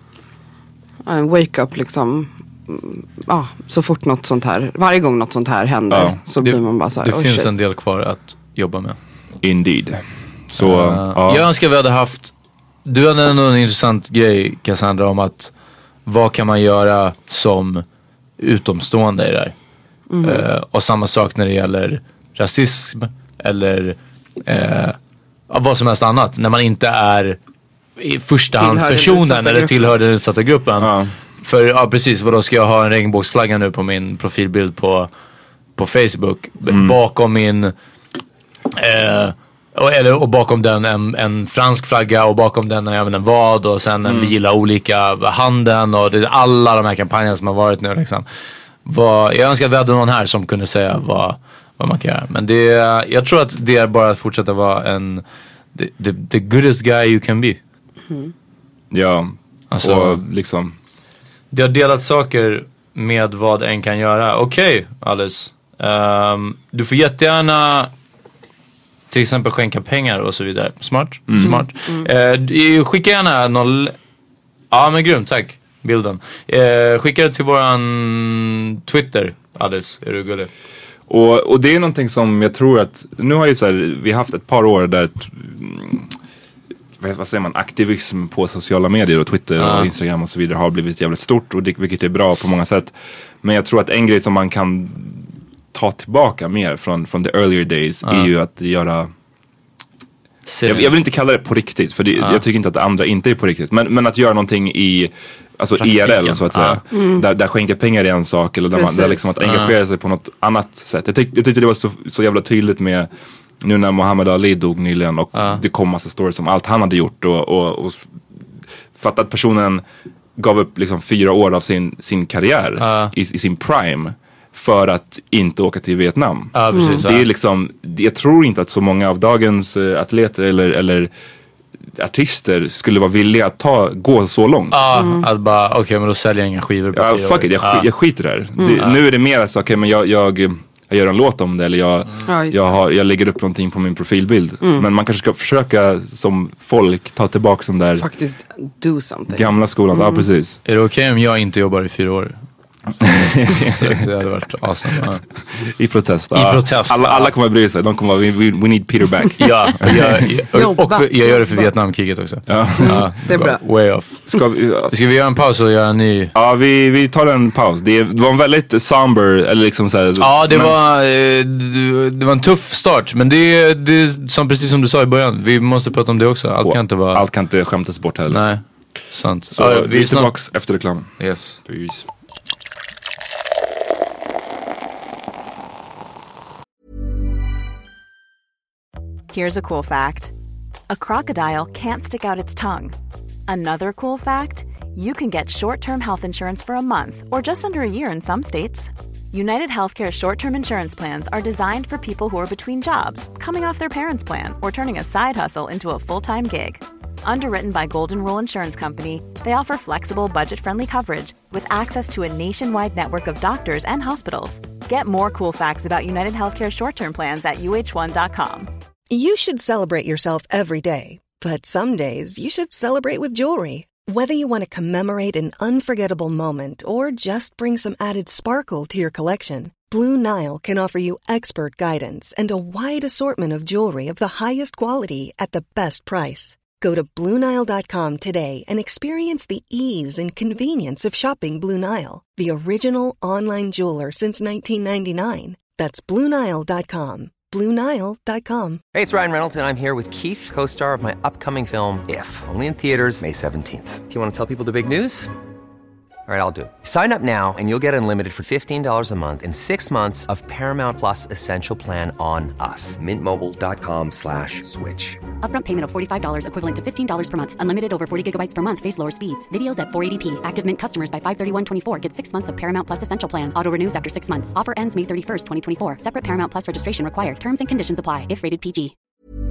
H: en wake up liksom. Ja, så fort något sånt här, varje gång något sånt här händer ja. så blir
G: det,
H: man bara så här,
G: det
H: oh,
G: finns
H: shit.
G: en del kvar att jobba med.
E: Indeed. Så,
G: uh, ja. Jag önskar vi hade haft, du hade ändå en intressant grej, Cassandra, om att vad kan man göra som utomstående i det här? Mm. Uh, och samma sak när det gäller rasism eller uh, vad som helst annat. När man inte är i förstahandspersonen eller tillhör den utsatta gruppen. Ja. För ja, precis, vad då ska jag ha en regnbågsflagga nu på min profilbild på, på Facebook. Mm. Bakom min eh, och, eller, och bakom den en, en fransk flagga och bakom den även en vad och sen en mm. vi gillar olika handen och det, alla de här kampanjerna som har varit nu liksom. Vad, jag önskar att vi hade någon här som kunde säga vad, vad man kan göra. Men det, jag tror att det är bara att fortsätta vara en the, the, the goodest guy you can be.
E: Mm. Ja, alltså, och liksom
G: det har delat saker med vad en kan göra. Okej, okay, Alice. Um, du får jättegärna till exempel skänka pengar och så vidare. Smart. Mm. Smart. Mm. Uh, skicka gärna någon... Ja, men grymt. Tack. Bilden. Uh, skicka det till våran Twitter, Alice. Är du gullig?
E: Och, och det är någonting som jag tror att... Nu har ju så här, vi har haft ett par år där... vad säger man, aktivism på sociala medier och Twitter ja. och Instagram och så vidare har blivit jävligt stort och det, vilket är bra på många sätt. Men jag tror att en grej som man kan ta tillbaka mer från, från the earlier days ja. är ju att göra jag, jag vill inte kalla det på riktigt för det, ja. jag tycker inte att det andra inte är på riktigt men, men att göra någonting i alltså praktiken. I R L så att säga ja. mm. där, där skänka pengar är en sak eller där, man, där liksom att engagera ja. sig på något annat sätt. Jag, tyck, jag tyckte det var så, så jävla tydligt med nu när Muhammad Ali dog nyligen och uh. det kom massa stories om allt han hade gjort och, och, och fatt att personen gav upp liksom fyra år av sin, sin karriär uh. i, i sin prime för att inte åka till Vietnam.
G: Uh, precis,
E: det är liksom, jag tror inte att så många av dagens uh, atleter eller, eller artister skulle vara villiga att ta, gå så långt.
G: Ja, mm. att bara, okej okay, men då säljer jag inga skivor på
E: ja,
G: fyra
E: fuck it, jag,
G: uh.
E: jag skiter där. Mm. Det, uh. Nu är det mer så, okej okay, men jag... jag jag gör en låt om det eller jag, mm. jag, har, jag lägger upp någonting på min profilbild. Mm. Men man kanske ska försöka som folk ta tillbaka som där
H: faktiskt do something.
E: Gamla skolan, mm. ja precis.
G: Är det okej okay om jag inte jobbar i fyra år? Det hade varit awesome. Ja.
E: I protest.
G: I ja. protest.
E: Alla, alla kommer att bry sig. De kommer att we, we need Peter back.
G: Ja, jag, och, och för, jag gör det för Vietnamkriget också.
E: Ja.
H: Ja, det är bra.
G: Way off. Ska vi, ja. Ska vi göra en paus och göra en ny?
E: Ja, vi, vi tar en paus. Det, det var en väldigt somber, eller liksom så här,
G: ja, det men... var det var en tuff start. Men det, det som precis som du sa i början. Vi måste prata om det också. Allt wow. kan inte vara...
E: Allt kan inte skämtas bort heller.
G: Nej, sant.
E: Så ja, vi är tillbaka efter reklam.
G: Yes.
E: Peace.
J: Here's a cool fact. a crocodile can't stick out its tongue. Another cool fact, you can get short-term health insurance for a month or just under a year in some states. United Healthcare short-term insurance plans are designed for people who are between jobs, coming off their parents' plan, or turning a side hustle into a full-time gig. Underwritten by Golden Rule Insurance Company, they offer flexible, budget-friendly coverage with access to a nationwide network of doctors and hospitals. Get more cool facts about United Healthcare short-term plans at U H one dot com.
C: You should celebrate yourself every day, but some days you should celebrate with jewelry. Whether you want to commemorate an unforgettable moment or just bring some added sparkle to your collection, Blue Nile can offer you expert guidance and a wide assortment of jewelry of the highest quality at the best price. Go to Blue Nile dot com today and experience the ease and convenience of shopping Blue Nile, the original online jeweler since nineteen ninety-nine. That's Blue Nile dot com. Blue Nile dot com.
A: Hey, it's Ryan Reynolds, and I'm here with Keith, co-star of my upcoming film, If, only in theaters May seventeenth. Do you want to tell people the big news? All right, I'll do it. Sign up now and you'll get unlimited for fifteen dollars a month and six months of Paramount Plus Essential Plan on us. Mint Mobile dot com slash switch.
B: Upfront payment of forty-five dollars equivalent to fifteen dollars per month. Unlimited over forty gigabytes per month. Face lower speeds. Videos at four eighty p. Active Mint customers by five thirty-one twenty-four get six months of Paramount Plus Essential Plan. Auto renews after six months. Offer ends May thirty-first, twenty twenty-four. Separate Paramount Plus registration required. Terms and conditions apply if rated P G.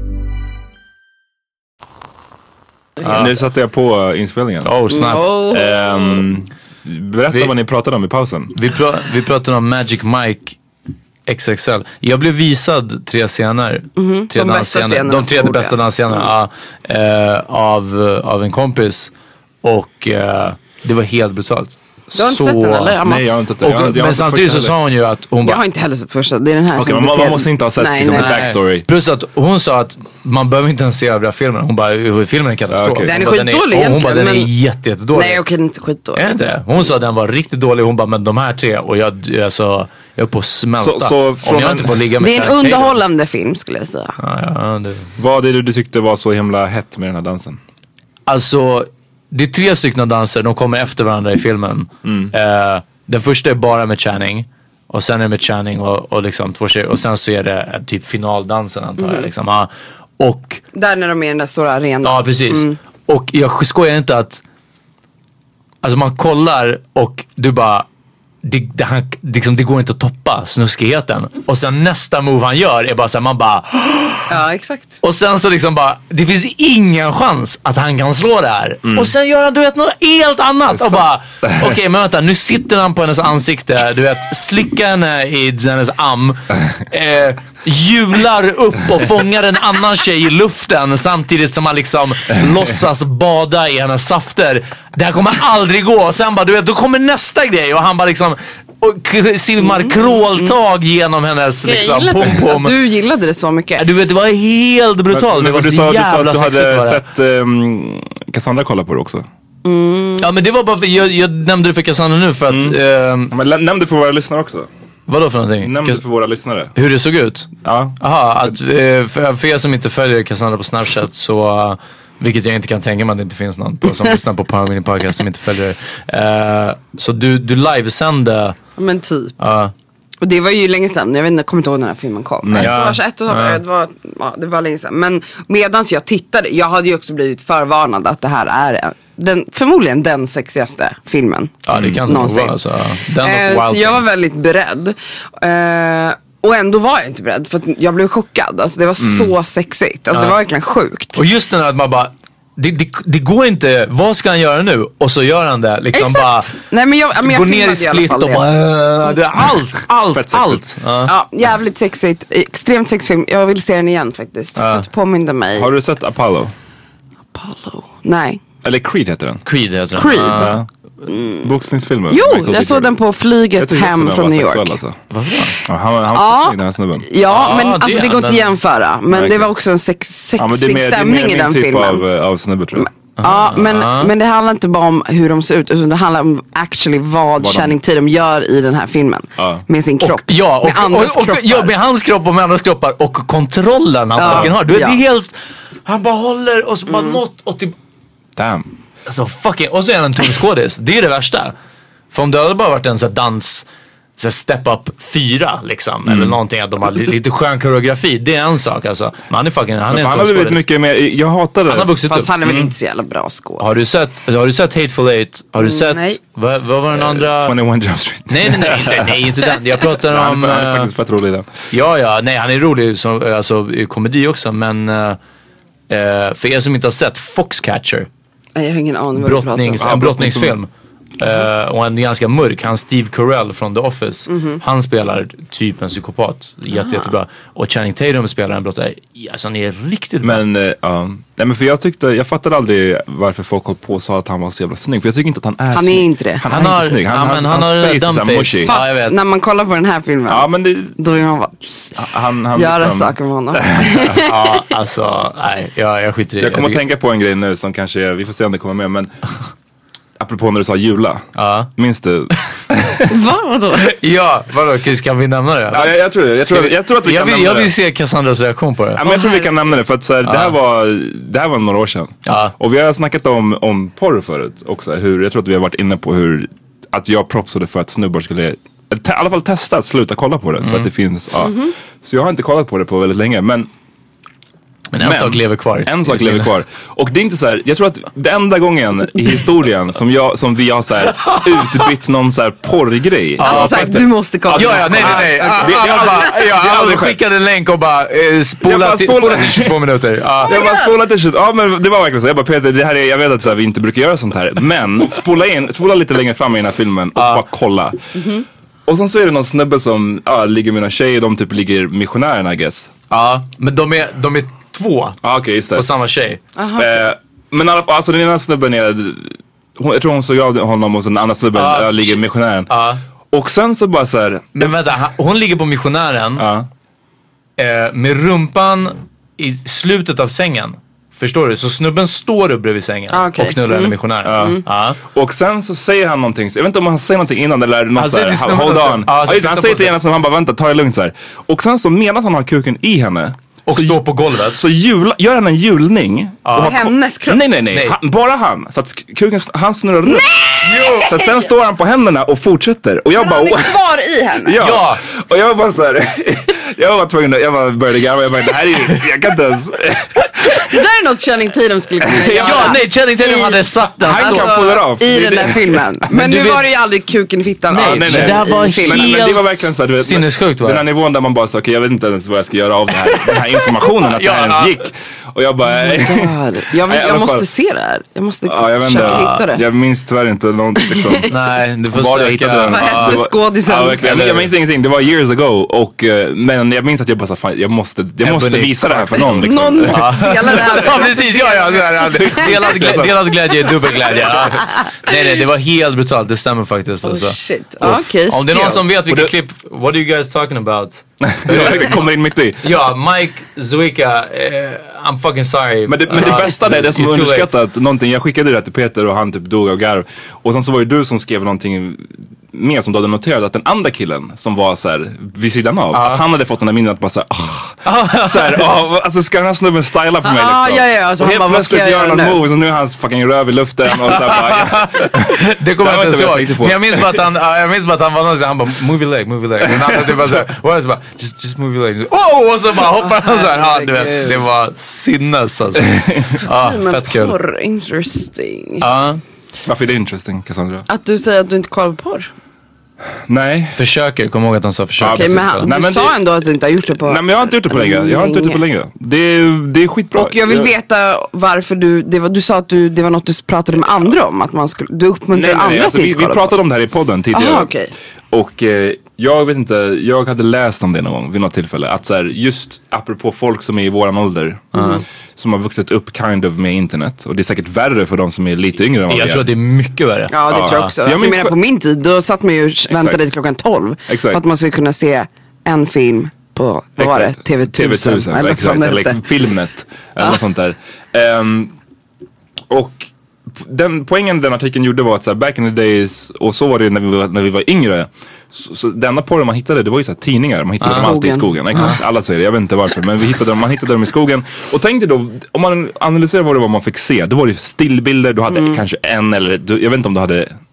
E: Uh, nu satte jag på inspelningen.
G: Oh, snabbt.
H: Oh.
E: Um, berätta
G: vi,
E: vad ni pratade om i pausen.
G: Vi, pra, vi pratade om Magic Mike X X L. Jag blev visad tre scener.
H: Mm-hmm.
G: Tre
H: de bästa scenerna.
G: De tre bästa dansscenerna mm. ja, äh, av, av en kompis. Och äh, det var helt brutalt.
H: Du har inte sett den eller?
E: Nej, jag har inte sett den.
G: Och, jag, jag men samtidigt så sa hon ju att hon bara...
H: Jag har inte heller sett första. Det är den här
E: okay,
H: som
E: man, man måste inte ha sett nej, liksom, nej. backstory.
G: Plus att hon sa att man behöver inte ens se övriga filmen. Hon bara, filmen är en katastrof.
H: Okay. Den är
G: skitdålig
H: egentligen.
G: Hon bara, den är
H: men...
G: jätte, jättedålig.
H: Nej, okej, inte skitdålig.
G: Är inte det? Hon sa att den var riktigt dålig. Hon bara, men de här tre. Och jag, alltså, jag är på att smälta. Så, så om jag inte får ligga med
H: det är en underhållande film skulle jag säga.
G: Ja, ja, det...
E: Vad är det du tyckte var så himla hett med den här dansen?
G: Alltså... Det är tre stycken danser, de kommer efter varandra i filmen. Mm. Uh, den första är bara med Channing. Och sen är det med Channing och, och liksom två tjejer. Och sen så är det typ finaldansen antar jag. Mm. Liksom. Uh, och,
H: där när de är i den där stora arenan.
G: Ja, precis.
H: Mm.
G: Och jag skojar inte att... Alltså man kollar och du bara... Det, det, han, liksom, det går inte att toppa snuskigheten. Och sen nästa move han gör är bara så här, man bara...
H: Ja, exakt.
G: Och sen så liksom bara, det finns ingen chans att han kan slå det här. Mm. Och sen gör han, du vet, något helt annat. Och bara, okej, okay, men vänta, nu sitter han på hennes ansikte. Du vet, slickar henne i hennes am. Eh, hjular upp och fångar en annan tjej i luften. Samtidigt som han liksom låtsas bada i hennes safter. Det här kommer aldrig gå. Och sen bara, du vet, då kommer nästa grej. Och han bara liksom... och simmar mm. kråltag genom hennes liksom, pom-pom.
H: Du gillade det så mycket.
G: Du vet, det var helt brutalt. Det var
E: du
G: så
E: sa,
G: jävla
E: du sa att du hade
G: sexigt
E: sett um, Cassandra kolla på det också.
G: Mm. Ja, men det var bara för, jag, jag nämnde det för Cassandra nu för att
E: mm. um, men nämnde för våra lyssnare också.
G: Vadå för någonting?
E: Nämnde för våra lyssnare.
G: Hur det såg ut?
E: Ja.
G: Aha, att, för, för er som inte följer Cassandra på Snapchat så... Vilket jag inte kan tänka mig att det inte finns någon på, som lyssnar på Power Mini Podcast som inte följer det. Uh, så du, du livesände...
H: Men typ.
G: Uh,
H: och det var ju länge sedan. Jag vet inte, jag kommer inte ihåg när den här filmen kom.
G: Nej.
H: Ett år sedan, ett år sedan. Ja. Det, var, ja, det var länge sedan. Men medans jag tittade, jag hade ju också blivit förvarnad att det här är den, förmodligen den sexigaste filmen.
G: Ja, det kan
H: någonsin.
G: Vara, så, den
H: uh, så jag var väldigt beredd. Uh, Och ändå var jag inte beredd. För att jag blev chockad. Alltså det var mm. så sexigt. Alltså ja. Det var verkligen sjukt.
G: Och just den här att man bara det, det, det går inte, vad ska han göra nu? Och så gör han det liksom.
H: Exakt.
G: Bara
H: nej, men jag, men jag
G: går ner i split och bara äh, det är allt, allt, allt
H: ja. Ja, jävligt sexigt. Extremt sexfilm. Jag vill se den igen faktiskt. Jag får inte påminna mig.
E: Har du sett Apollo?
H: Apollo? Nej.
E: Eller Creed heter den.
G: Creed heter den.
H: Creed?
E: Uh. Mm. Boxningsfilmer.
H: Jo, jag såg den på flyget hem från New York.
E: Alltså. Varför? Ja, han han
H: ja.
E: den här snubben.
H: Ja, men ah, alltså det, det går inte att jämföra. Men okay. Det var också en sex, sexig ja, stämning i den
E: typ
H: filmen.
E: Av, av snubbe, tror jag.
H: Ja, men, ah. men det handlar inte bara om hur de ser ut, utan det handlar om actually vad de... Channing Tatum gör i den här filmen. Ah. Med sin kropp.
G: Och, ja, och,
H: med andras
G: och, och, och, ja, med hans kropp och med andras kroppar. Och kontrollen han ja. har. Du vet, ja. det är helt... Han bara håller och så bara mm. något och typ...
E: Damn.
G: Alltså fucking... Och så är han en tung skådis. Det är det värsta. För om det hade bara varit en sån här dans... så Step Up fyra liksom,
E: Mm.
G: eller någonting, att de har lite skön koreografi. Det är en sak alltså. Men han är fucking, han är
E: han
G: en
E: har blivit mycket mer, jag hatar det.
G: Han har vuxit
H: Fast
G: upp.
H: han är väl inte så jävla bra skål.
G: Har du sett, har du sett Hateful Eight? Har du sett,
H: nej.
G: vad, vad var den andra?
E: tjugoett Jump Street.
G: Nej, nej, nej, nej, nej, inte den. Jag pratar
E: Han
G: om...
E: är, han är
G: eh,
E: faktiskt fett rolig i den.
G: Ja, ja, nej, han är rolig som, alltså, i komedi också, men uh, för er som inte har sett Foxcatcher,
H: Nej, jag har ingen aning vad du pratar om.
G: brottnings,
E: Ja,
G: en brottningsfilm. Uh, och en ganska mörk. Han Steve Carell från The Office.
H: Mhm.
G: Han spelar typ en psykopat. Jätte, jättebra. Och Channing Tatum spelar en brottare. Alltså han är riktigt bra.
E: Men, uh, ja. Nej men för jag tyckte, jag fattade aldrig varför folk höll på och sa att han var så jävla snygg. För jag tycker inte att han är
H: Han
E: snygg.
H: är inte det.
E: Han,
G: Han
E: är
G: har-
E: inte snygg.
G: ja,
E: Han,
G: men
E: hans,
G: han
E: hans
G: har
E: face är
G: dumb
E: så här
G: face.
E: mushy.
G: Ja, jag
H: Fast
G: vet.
H: när man kollar på den här filmen,
E: Ja men det,
H: då vill man bara
E: han, han
H: göra
E: liksom,
H: saker med honom.
G: Ja, alltså, nej, jag, jag skiter i det.
E: Jag kommer att
G: tycker-
E: tänka på en grej nu som kanske, vi får se om det kommer med, men apropå när du sa jula.
G: Ja.
E: Minns du?
H: Va? Vadå?
G: Ja, vadå? Kan vi nämna det?
E: Ja, jag, jag tror det. Jag tror, jag tror att vi
G: jag
E: kan
G: vill,
E: nämna
G: jag
E: det.
G: vill se Cassandras reaktion på det.
E: Ja, men jag tror vi kan nämna det för att så här, det, här var, det här var några år sedan.
G: Ja.
E: Och vi har snackat om, om porr förut också. Hur, jag tror att vi har varit inne på hur att jag propsade för att snubbar skulle te, i alla fall testa att sluta kolla på det. För att det finns, ja. Så jag har inte kollat på det på väldigt länge. Men
G: Men en
E: Men,
G: sak lever kvar.
E: En sak lever kvar. Och det är inte så här, jag tror att det enda gången i historien som, jag, som vi har så här utbytt någon så här porrgrej.
H: Alltså såhär, du måste kolla.
G: Ja, ja, nej, nej, nej.
E: Det-
G: Ah,
E: det har
G: ah,
E: aldrig-
G: bara-
E: det har
G: Ja,
E: aldrig
G: jag
E: skett.
G: skickade en länk och bara eh,
E: Jag
G: spola
E: bara
G: till
E: spola-
G: spola till tjugotvå minuter. Ja.
E: Jag bara spolade till slut. Ja men det var verkligen så. Jag bara Peter, det här är, jag vet att så här, vi inte brukar göra sånt här. Men spola in, spola lite längre fram i den här filmen och bara kolla. Och sen så är det någon snubbe som ja, ligger med någon tjej. De typ ligger missionären I guess.
G: Ja, men de är, de är två
E: Ja okej just det.
G: på samma tjej.
E: Eh, men alla, alltså den ena snubben är, hon, jag tror hon såg av honom och så den andra snubben
G: Ja.
E: ja, ligger missionären.
G: Ja.
E: Och sen så bara så här.
G: Men vänta, han- hon ligger på missionären
E: Ja.
G: eh, med rumpan i slutet av sängen. Förstår du? Så snubben står upp bredvid sängen
H: Ah, okej.
G: och knullar
H: Mm.
G: henne missionären. Ja.
E: Och sen så säger han någonting, jag vet inte om han säger någonting innan eller något
G: Han
E: så
G: säger
E: här,
G: till snubben
E: hold
G: också.
E: on.
G: Ja,
E: Ja,
G: så
E: just, det, han
G: titta
E: säger
G: på
E: till
G: sig.
E: henne som han bara vänta, ta det lugnt så här. Och sen så medan han har kuken i henne
G: Och
E: så,
G: står på golvet.
E: så jula, gör han en julning. Och har ko-
H: Hennes kropp?
E: Nej nej nej,
G: Nej.
E: Han, bara han. Så att kuken, han snurrar runt. Så att sen står han på händerna och fortsätter. Och jag bara,
H: Han är
E: "Wow."
H: kvar i henne.
E: Ja.
G: Ja.
E: Och jag var bara så här. Jag var tvungen att, jag bara började garva. Jag bara, det här är ju, jag kan inte ens.
H: Det där är något Channing Tatum skulle kunna göra.
G: Ja, nej, Channing Tatum
H: I-
G: hade sagt den.
E: Han kan pull it off.
H: i
E: Det är
H: den där
E: det.
H: filmen. Men
G: du
H: nu
G: vet-
H: var det ju aldrig kuken i fittan.
G: Nej,
H: av
E: nej, nej.
H: tjejen
G: Det här var
H: i filmen.
E: Men, men det var
G: Helt
E: verkligen så här, du vet,
G: sinnessjukt, va?
E: den här nivån där man bara sa, okej jag vet inte ens vad jag ska göra av det här, den här informationen att
G: Ja,
E: det här
G: ja.
E: gick. Och jag bara,
H: God. Jag, vill,
E: Nej, i alla
H: jag måste
E: fall.
H: se det här. Jag måste
E: ja, jag vet
H: försöka
E: inte,
H: hitta det.
E: jag minns tyvärr inte något liksom.
G: Nej, du får
E: Var jag
G: söka.
E: hittade den.
H: Vad hette
E: Ja, det var-
H: skådisen?
E: Ja, verkligen. Jag, jag minns ingenting, det var years ago. Och, eh, men jag minns att jag bara sa, fan, jag måste, jag måste
G: Ebony
E: visa det här för någon. Liksom.
H: Någon spelar det här.
G: Ja precis, ja ja. Så här, delad, glä, delad glädje är dubbel glädje. Ja. Nej nej, det var helt brutalt, det stämmer faktiskt.
H: Oh
G: Alltså.
H: shit. Ja, okej,
G: Om det är någon som
H: skills.
G: vet vilket
E: Och det-
G: klipp, what are you guys talking about?
E: Jag kommer in mitt i.
G: Ja, Mike Zwieka, eh, I'm fucking sorry.
E: Men det, men det
G: Ja,
E: bästa det är det som
G: you're
E: var
G: too late.
E: underskattat. Någonting, jag skickade det till Peter och han typ dog av garv. Och sen så var det du som skrev någonting mer som du hade noterat. Att den andra killen som var så här vid sidan av. Att han hade fått den där minnen att bara såhär. Oh, så här, oh, alltså ska den här snubben styla på mig liksom?
H: Ah, ja, ja, så
E: och
H: han
E: helt
H: bara, vad ska
E: plötsligt
H: jag
E: gör
H: göra
E: han någon
H: nu?
E: move. Så nu är hans fucking röv i luften. Och så här, bara, ja.
G: Det kommer
E: Det
G: jag
E: var
G: inte
E: inte vad jag
G: ens
E: tänkte
G: ihåg.
E: på.
G: Men jag minns bara att han, ja, jag minns bara att han var någon sån, han bara move your leg, move your leg. Den andra typ bara såhär, och jag så bara just, just move your leg. Oh! Och så bara hoppar han såhär. Ja, du vet, det var sinnes alltså. Ja,
H: Men
G: fett kul.
H: porr, interesting.
G: Ja,
E: Varför är det interesting, Cassandra?
H: Att du säger att du inte kollar på porr.
E: Nej.
G: försöker, kom ihåg att han sa försöker.
E: Ja,
H: Okej,
E: precis.
H: men han,
E: Nej,
H: du
E: men
H: sa
E: det-
H: ändå att du inte har gjort det på
E: Nej men jag har inte gjort det på länge. Jag har inte gjort det på länge. Det är, det är skitbra.
H: Och jag vill veta varför du, det var, du sa att du, det var något du pratade med andra om. Att man skulle, du uppmuntrar
E: Nej, nej,
H: andra
E: nej. Alltså,
H: till
E: vi,
H: att
E: vi
H: kolla
E: pratade om det här i podden tidigare.
H: Aha, okej.
E: Och eh, jag vet inte, jag hade läst om det någon gång vid något tillfälle. Att så här, just apropå folk som är i våran ålder. Som har vuxit upp kind of med internet. Och det är säkert värre för de som är lite yngre än vad vi
G: Jag
E: är.
G: tror att det är mycket värre.
H: Ja, det
E: Ja.
H: tror jag också.
E: Så jag
H: Alltså, jag
E: minns-
H: menar på min tid, då satt man ju och väntade till klockan tolv.
E: Exakt.
H: För att man skulle kunna se en film på, vad var det?
E: Exakt.
H: T V tusen.
E: T V tusen,
H: Eller vad
E: exakt.
H: fan det
E: Eller
H: hette.
E: Filmnet. Eller något sånt där. Ehm, och den poängen den artikeln gjorde var att så här, back in the days, och så var det när vi var, när vi var yngre. Så, så denna porr man hittade, det var ju så här tidningar. Man hittade dem alltid i skogen. Exakt, alla säger det. Jag vet inte varför. Men vi hittade dem, man hittade dem i skogen. Och tänk dig då, om man analyserar vad det var man fick se. Då var det stillbilder, du hade kanske en eller, du, jag vet inte om du hade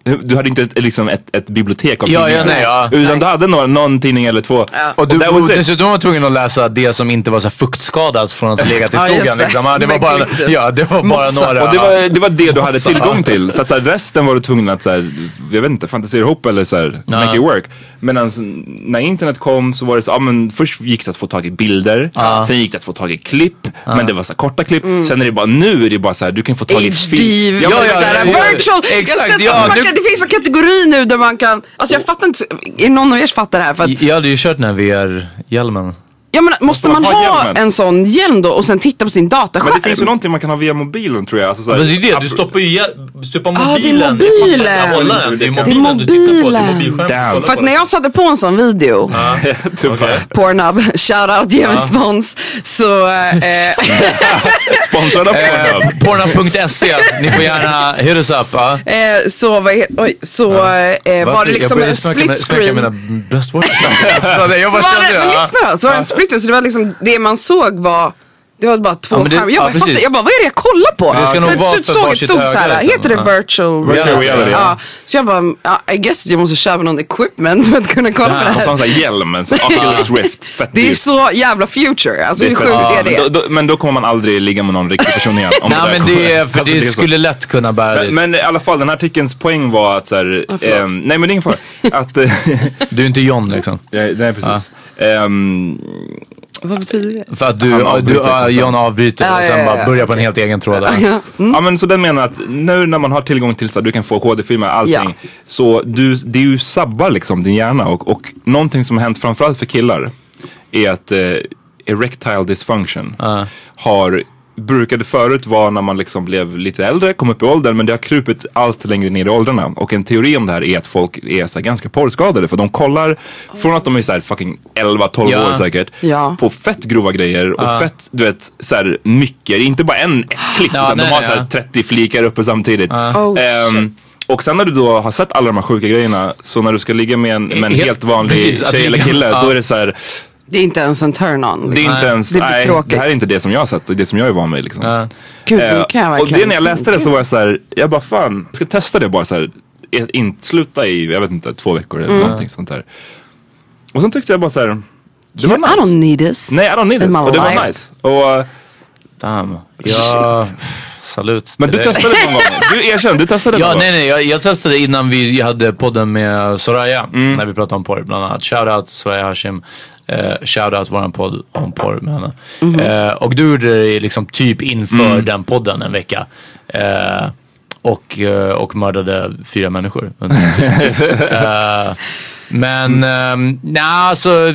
E: Du hade inte ett, liksom ett, ett bibliotek av
G: Ja,
E: tidningar.
G: ja, nej, ja.
E: Utan
G: Nej.
E: du hade någon, någon tidning eller två.
H: Ja.
G: Och du
E: that
G: och
E: was it.
G: dessutom var man tvungen att läsa det som inte var så här fuktskadat från att legat i
H: Ja, just
G: skogen.
H: det.
G: Liksom. Ja, det var
H: Men
G: bara,
H: klipp.
G: ja, det var bara
H: Mossa.
G: några.
E: Och det var, det var det du hade tillgång till. Så att så här, resten var du tvungen att så här, jag vet inte, fantisera ihop eller så här,
G: Ja.
E: make it work. Men alltså, när internet kom så var det så, ja men först gick det att få tag i bilder. Sen gick det att få tag i klipp. Men det var så här, korta klipp. Sen är det bara, nu är det bara så här, du kan få tag i
H: H D,
E: film.
H: ja,
E: men
H: ja,
E: så här,
H: ja,
E: ja,
H: virtual.
G: exakt,
H: Jag har sett
G: ja,
H: att man
G: nu-
H: kan, det finns en kategori nu där man kan, alltså jag fattar inte, är någon av er fattar det här? För att,
G: Jag hade ju kört den här V R-hjälmen.
H: ja, men måste man
E: man ha
H: ha
E: hjälmen?
H: en sån hjälm då och sen titta på sin dataskärm?
E: Men det finns ju någonting man kan ha via mobilen tror jag. Alltså, så här,
G: Men det är det, du
E: app-
G: stoppar ju du stoppar
H: Ja, det är
G: mobilen.
H: mobilen.
G: Hållaren. Det är
E: Det är
G: mobilen du tittar på. Det är
H: mobilen.
G: mobilskärmen.
E: Damn.
G: Kolla
H: För
G: på
H: att när jag satte på en sån video,
E: typ bara,
H: Pornhub, shoutout, ge mig spons, så eh,
E: sponsrad av Pornhub.
G: det. Pornhub punkt se. Ni får gärna hit us up. Ja.
H: eh, så, vad he- oj, så eh, var
G: Varför?
H: det liksom
G: Jag började
H: en
G: smeka
H: split
G: med- smeka
H: screen.
G: mina bröstvårtor. Jag
H: Så
G: bara
H: var
G: kände
H: det, men
G: ja.
H: lyssna då, så var det en split screen, så det var liksom, det man såg var, det var bara två
G: Ja, men det-
H: skärmar. Jag,
G: ja,
H: bara, jag, fattar,
G: precis.
H: jag bara, vad är det jag kollar på?
G: För det ska nog
H: Sen
G: vara
H: till slut
G: för
H: såg ett
G: varsitt
H: stort såhär,
G: öga, liksom.
H: heter det
G: Ja.
H: virtual
E: Virtual reality, ja.
H: Ja, så jag bara, ja, I guess jag måste köpa någon equipment för att kunna kolla på det
E: Och så
H: här.
E: har han så här hjälmen, så Oculus Rift, fett
H: Det är
E: dyrt.
H: så jävla future, alltså hur
E: fett
H: sjukt
E: dyrt.
H: är det?
E: Men då, då, men då kommer man aldrig ligga med någon riktig person igen. Om
G: Nej
E: där
G: men
E: kommer-
G: det, är- för
E: Alltså,
G: det
E: är så.
G: skulle lätt kunna bära
E: Men,
G: dit.
E: men i alla fall, den här artikelns poäng var att så här,
H: Ja, förlåt.
E: ehm, nej men det är ingen fara. Att, eh,
G: Du är inte John liksom.
E: ja, nej precis. Ehm,
H: Vad betyder det?
G: För att du,
E: Han
G: du
E: avbryter
G: ja,
E: konstant.
G: John avbryter
H: Ja,
G: och
H: ja,
G: sen
H: ja,
G: bara
H: ja.
G: börjar på en helt egen tråd. där.
H: Ja.
E: Ja men så den menar att nu när man har tillgång till så här, du kan få H D-filmer allting.
H: Ja.
E: Så du, det är ju sabbar liksom din hjärna och, och någonting som har hänt framförallt för killar är att eh, erectile dysfunction har brukade förut vara när man liksom blev lite äldre, kom upp i åldern, men det har krupit allt längre ner i åldrarna. Och en teori om det här är att folk är så här ganska porrskadade för de kollar från att de är så här fucking elva tolv
G: Ja.
E: år säkert
H: Ja.
E: på fett grova grejer och fett, du vet, så här mycket, inte bara en, ett klick
G: Ja,
E: utan
G: nej,
E: de har
G: nej,
E: så här
G: ja.
E: trettio flikar uppe samtidigt.
H: Oh,
E: Ehm, och sen när du då har sett alla de här sjuka grejerna, så när du ska ligga med en, med en
G: Helt-
E: helt vanlig
G: precis, att
E: tjej eller
G: ligga-
E: kille,
G: ja.
E: då är det så här,
H: Det är inte ens en turn-on.
E: det är
H: Liksom.
E: inte ens,
H: det blir
E: nej,
H: tråkigt.
E: det här är inte det som jag har sett och det som jag är van med liksom.
G: Ja.
H: Gud, det
E: Eh,
H: kan jag
E: och
H: verkligen
E: det när jag läste det så
H: tänka.
E: var jag så här, jag bara fan, jag ska testa det bara så här, ett- in, sluta i, jag vet inte, två veckor eller
H: Mm.
E: någonting sånt där. Och sen tyckte jag bara så här, det var
H: I
E: nice.
H: don't need this.
E: Nej, I don't need
H: in
E: this.
H: my
E: Och det var
H: life.
E: nice. Och,
G: Damn. Ja, salut.
E: men
G: till
E: du
G: dig.
E: testade någon gång. Du erkänn, du testade
G: Ja,
E: någon
G: nej
E: gång.
G: nej, jag, jag testade innan vi hade podden med Soraya, när vi pratade om porr bland annat. Shoutout Soraya Hashim, eh, shoutout våran podd om porr med henne. Eh, och du gjorde det liksom typ inför den podden en vecka. Eh, och, eh, och mördade fyra människor under den tiden. eh, Men, mm. nej alltså...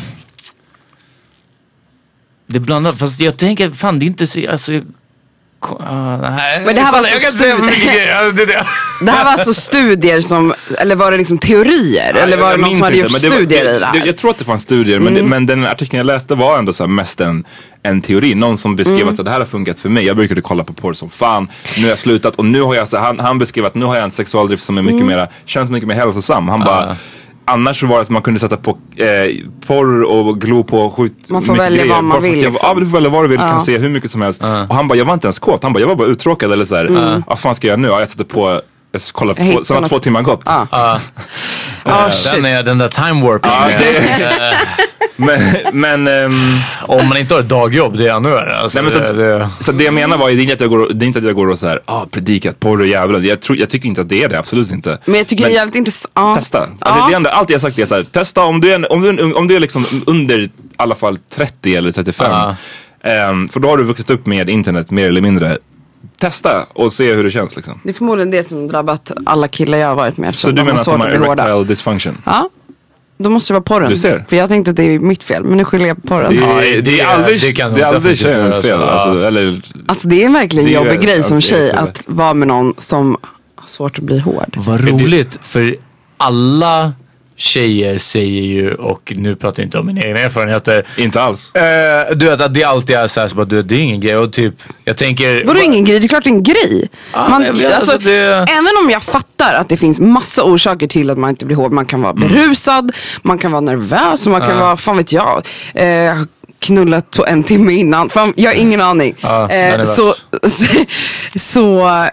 G: Det blandar, fast jag tänker, fan det är inte så, alltså... Uh, nej,
H: Men det här var
G: Kolla,
H: så
G: jag kan inte säga för mycket grejer. Ja, det, det.
H: Det här var alltså studier som, eller var det liksom teorier? eller var
E: Jag
H: det någon
E: minns
H: som hade
E: inte,
H: gjort
E: men det var-
H: studier i det här?
E: Jag tror att det fanns studier, men, det, men den artikeln jag läste var ändå så här mest en, en teori. Någon som beskrev
H: Mm.
E: att så, det här har funkat för mig. Jag brukade kolla på porr som fan. Nu har jag slutat och nu har jag, så, han, han beskrev att nu har jag en sexualdrift som är mycket
H: Mm.
E: mera, känns mycket mer hälsosam. Han bara, annars så var det att man kunde sätta på eh, porr och glo på skjut
H: Man får
E: mycket
H: välja
E: grejer.
H: vad man
E: Bara för att
H: vill,
E: jag,
H: liksom.
E: Ja, du får välja vad du vill, kan se hur mycket som helst. Och han bara, jag var inte ens kåt. Han bara, jag var bara uttråkad eller så här.
H: Mm.
E: Vad fan ska jag göra nu? Ja, jag sätter på, jag kollar på
H: Jag
E: två,
H: hittar
E: så har
H: något.
E: två timmar gått.
H: Ja.
G: Ja.
H: Oh, shit.
G: Den är den där time warp.
E: Men, men ehm,
G: Om man inte har ett dagjobb, det är ännu värre. Alltså,
E: nej, men så,
G: det, det,
E: så det jag menar var, det är inte att jag går, det är inte att jag går och så här, ah, predikat porr och jävlar. Jag, tror, jag tycker inte att det är det, absolut inte.
H: Men jag tycker det är jävligt intressant. Ja.
E: Testa.
H: Ja.
E: Alltså, det är ändå, allt jag har sagt är så här, testa om du är, om du är, om du är liksom under i alla fall trettio eller trettiofem.
G: Ja.
E: Ehm, för då har du vuxit upp med internet mer eller mindre. Testa och se hur det känns liksom.
H: Det är förmodligen det som drabbat alla killar jag har varit med.
E: Så du menar att de har erectile dysfunction?
H: Ja. Då måste det vara porren.
E: Du ser.
H: För jag tänkte att det är mitt fel, men nu skyller jag på porren.
E: Det,
G: Ja,
E: är, det,
G: det-
E: är aldrig,
G: det
E: det
G: kan
E: är aldrig
G: definitivt
E: tjejens
G: vara
E: fel.
G: så, ja.
E: Alltså, eller,
H: Alltså det är verkligen
E: Det
H: en
E: är
H: jobbig
E: ju-
H: grej som
E: alltså,
H: tjej
E: det är-
H: att vara med någon som har svårt att bli hård.
G: Vad roligt, för alla tjejer säger ju, och nu pratar jag inte om mina egna erfarenheter.
E: inte alls.
G: Eh, du vet att det alltid är så här, så bara, du vet, det är ingen grej. Och typ, jag tänker...
H: Vadå ingen grej? Det är klart det är en grej. Man,
G: men jag vet,
H: alltså,
G: alltså, det-
H: Även om jag fattar att det finns massa orsaker till att man inte blir hård. Man kan vara berusad, man kan vara nervös, man kan vara, fan vet jag, eh, knullat to- en timme innan. Fan, jag har ingen aning.
G: Ja, den är
H: eh,
G: värst.
H: så, så, så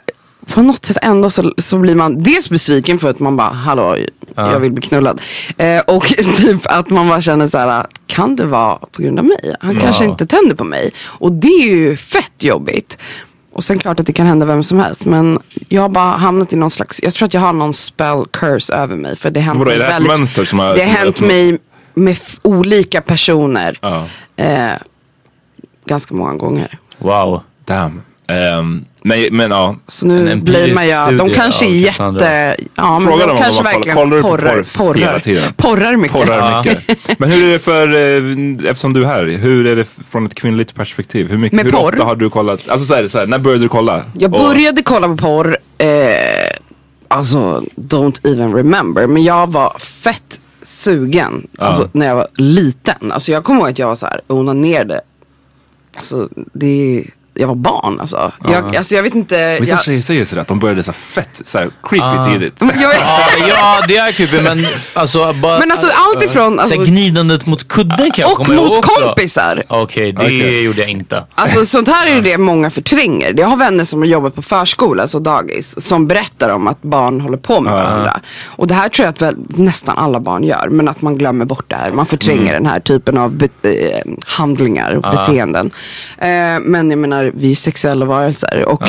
H: på något sätt ändå så, så blir man dels besviken för att man bara, hallå,
G: Ja.
H: jag vill bli knullad. Eh, och typ att man bara känner så här, kan det vara på grund av mig? Han
G: Wow.
H: kanske inte tänder på mig. Och det är ju fett jobbigt. Och sen klart att det kan hända vem som helst. Men jag har bara hamnat i någon slags, jag tror att jag har någon spell curse över mig. För det har hänt
E: Vadå, är
H: mig
E: det ett
H: väldigt,
E: mönster som har-
H: det har
E: som har
H: hänt
E: öppnat?
H: mig med f- olika personer.
E: Ja.
H: Eh, ganska många gånger.
G: Wow.
E: Damn. Um, men, men ja.
H: Så nu
G: En empirisk
H: blir man ja, de
G: studie
H: kanske är
G: av
H: jätte,
G: Cassandra.
H: ja men
E: Fråga
H: de
E: dem om
H: kanske
E: de kollar-
H: verkligen
E: kollar du på
H: porrar,
E: porr hela
H: porrar,
E: tiden?
H: porrar mycket.
E: Porrar
G: Ja.
E: mycket. Men hur är det för, eh, eftersom du är här, hur är det från ett kvinnligt perspektiv? Hur, mycket,
H: Med
E: hur
H: porr?
E: ofta har du kollat? Alltså så här, så här, när började du kolla?
H: Jag
E: Och-
H: började kolla på porr, eh, alltså don't even remember, men jag var fett sugen alltså, när jag var liten. Alltså jag kommer ihåg att jag var så här, onanerade. Alltså det, jag var barn alltså. Jag, alltså jag vet inte.
E: Vissa
H: Jag,
E: tjejer säger sådär att de började så här fett, så här creepy
G: Ah.
E: tidigt.
H: men jag,
G: Ja, ja, det är creepy, men alltså bara...
H: men alltså allt ifrån
G: så
H: alltså,
G: här gnidandet mot kudden kan jag
H: och
G: komma ihåg
H: mot
G: också.
H: kompisar.
G: Okej, det
E: Okej.
G: gjorde jag inte.
H: Alltså sånt här är ju det många förtränger. Jag har vänner som har jobbat på förskola, alltså dagis, som berättar om att barn håller på med varandra. Och det här tror jag att väl, nästan alla barn gör, men att man glömmer bort det här. Man förtränger den här typen av be- eh, handlingar och beteenden. Eh, men jag menar, vi är sexuella varelser och